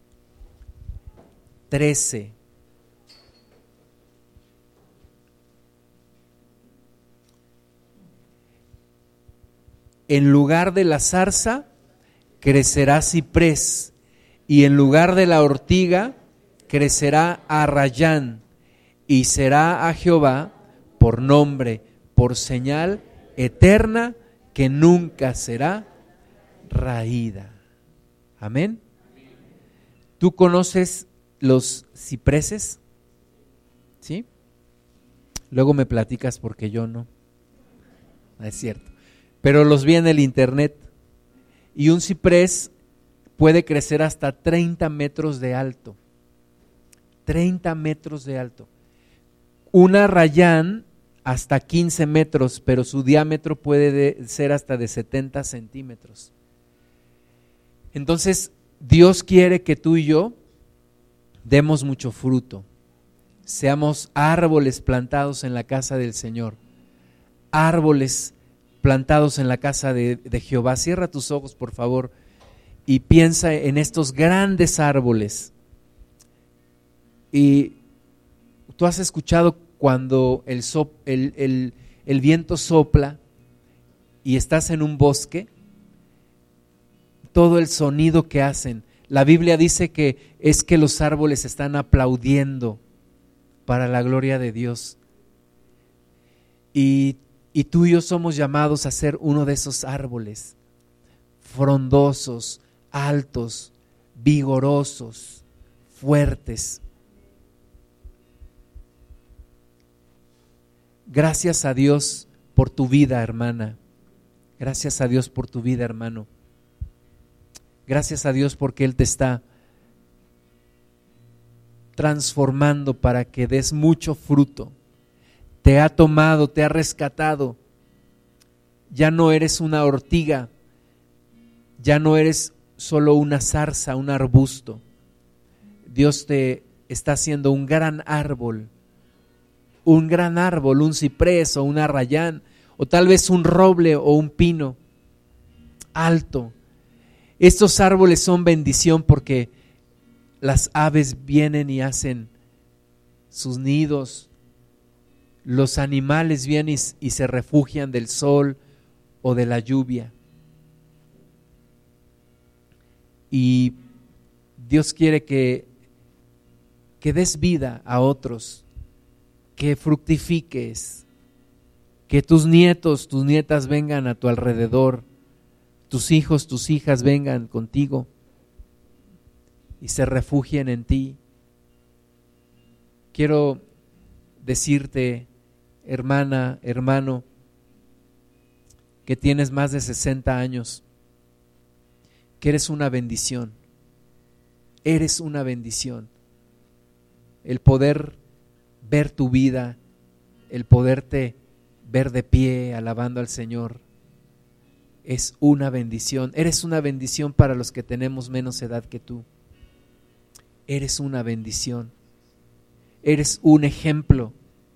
trece. En lugar de la zarza crecerá ciprés, y en lugar de la ortiga crecerá arrayán, y será a Jehová por nombre, por señal eterna que nunca será raída. Amén. ¿Tú conoces los cipreses? ¿Sí? Luego me platicas porque yo no. Es cierto. Pero los vi en el internet. Y un ciprés puede crecer hasta treinta metros de alto. treinta metros de alto. Un arrayán hasta quince metros, pero su diámetro puede de, ser hasta de setenta centímetros. Entonces, Dios quiere que tú y yo demos mucho fruto. Seamos árboles plantados en la casa del Señor. Árboles plantados en la casa de, de Jehová. Cierra tus ojos, por favor, y piensa en estos grandes árboles. Y tú has escuchado cuando el, sop, el, el, el viento sopla y estás en un bosque, todo el sonido que hacen. La Biblia dice que es que los árboles están aplaudiendo para la gloria de Dios. Y, y tú y yo somos llamados a ser uno de esos árboles, frondosos, altos, vigorosos, fuertes. Gracias a Dios por tu vida, hermana. Gracias a Dios por tu vida, hermano. Gracias a Dios porque Él te está transformando para que des mucho fruto. Te ha tomado, te ha rescatado. Ya no eres una ortiga, ya no eres solo una zarza, un arbusto. Dios te está haciendo un gran árbol, un gran árbol, un ciprés o un arrayán, o tal vez un roble o un pino alto. Estos árboles son bendición porque las aves vienen y hacen sus nidos, los animales vienen y, y se refugian del sol o de la lluvia. Y Dios quiere que, que des vida a otros, que fructifiques, que tus nietos, tus nietas vengan a tu alrededor, tus hijos, tus hijas vengan contigo y se refugien en ti. Quiero decirte, hermana, hermano, que tienes más de sesenta años, que eres una bendición, eres una bendición. El poder ver tu vida, el poderte ver de pie alabando al Señor, es una bendición. Eres una bendición para los que tenemos menos edad que tú. Eres una bendición. Eres un ejemplo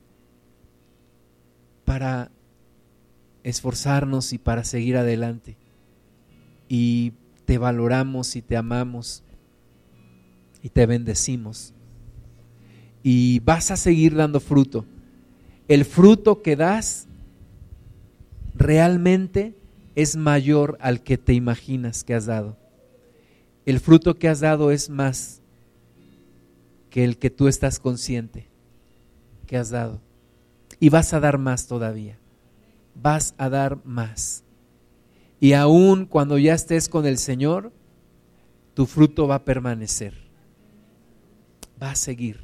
para esforzarnos y para seguir adelante. Y te valoramos y te amamos y te bendecimos. Y vas a seguir dando fruto. El fruto que das realmente es mayor al que te imaginas que has dado. El fruto que has dado es más que el que tú estás consciente que has dado. Y vas a dar más todavía. Vas a dar más. Y aún cuando ya estés con el Señor, tu fruto va a permanecer. Va a seguir.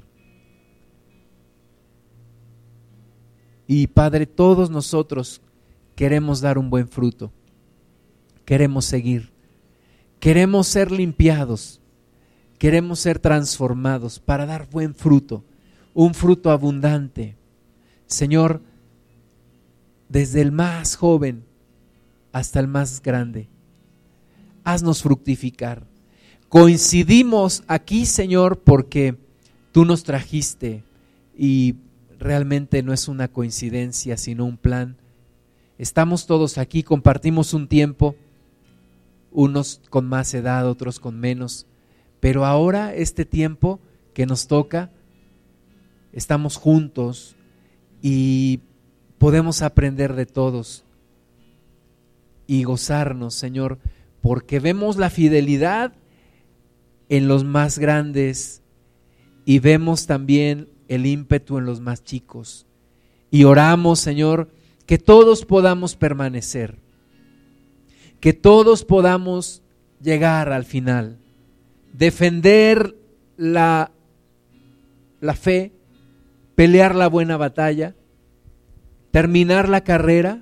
Y Padre, todos nosotros queremos dar un buen fruto. Queremos seguir. Queremos ser limpiados. Queremos ser transformados para dar buen fruto. Un fruto abundante. Señor, desde el más joven hasta el más grande, haznos fructificar. Coincidimos aquí, Señor, porque tú nos trajiste y realmente no es una coincidencia, sino un plan. Estamos todos aquí, compartimos un tiempo, unos con más edad, otros con menos, pero ahora este tiempo que nos toca, estamos juntos y podemos aprender de todos y gozarnos, Señor, porque vemos la fidelidad en los más grandes y vemos también el ímpetu en los más chicos. Y oramos, Señor, que todos podamos permanecer, que todos podamos llegar al final, defender la, la fe, pelear la buena batalla, terminar la carrera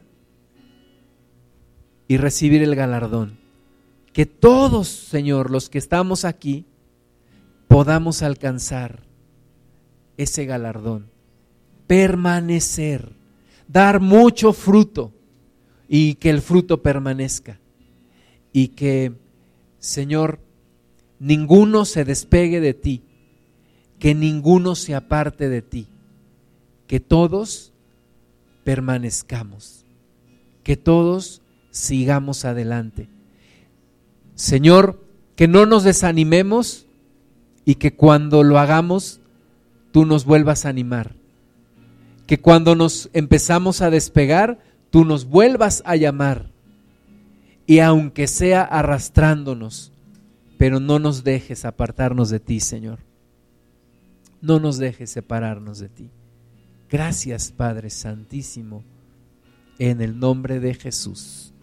y recibir el galardón. Que todos, Señor, los que estamos aquí, podamos alcanzar ese galardón, permanecer, dar mucho fruto y que el fruto permanezca. Y que, Señor, ninguno se despegue de ti, que ninguno se aparte de ti, que todos permanezcamos, que todos sigamos adelante. Señor, que no nos desanimemos y que cuando lo hagamos, tú nos vuelvas a animar. Que cuando nos empezamos a despegar, tú nos vuelvas a llamar. Y aunque sea arrastrándonos, pero no nos dejes apartarnos de ti, Señor. No nos dejes separarnos de ti. Gracias, Padre Santísimo, en el nombre de Jesús.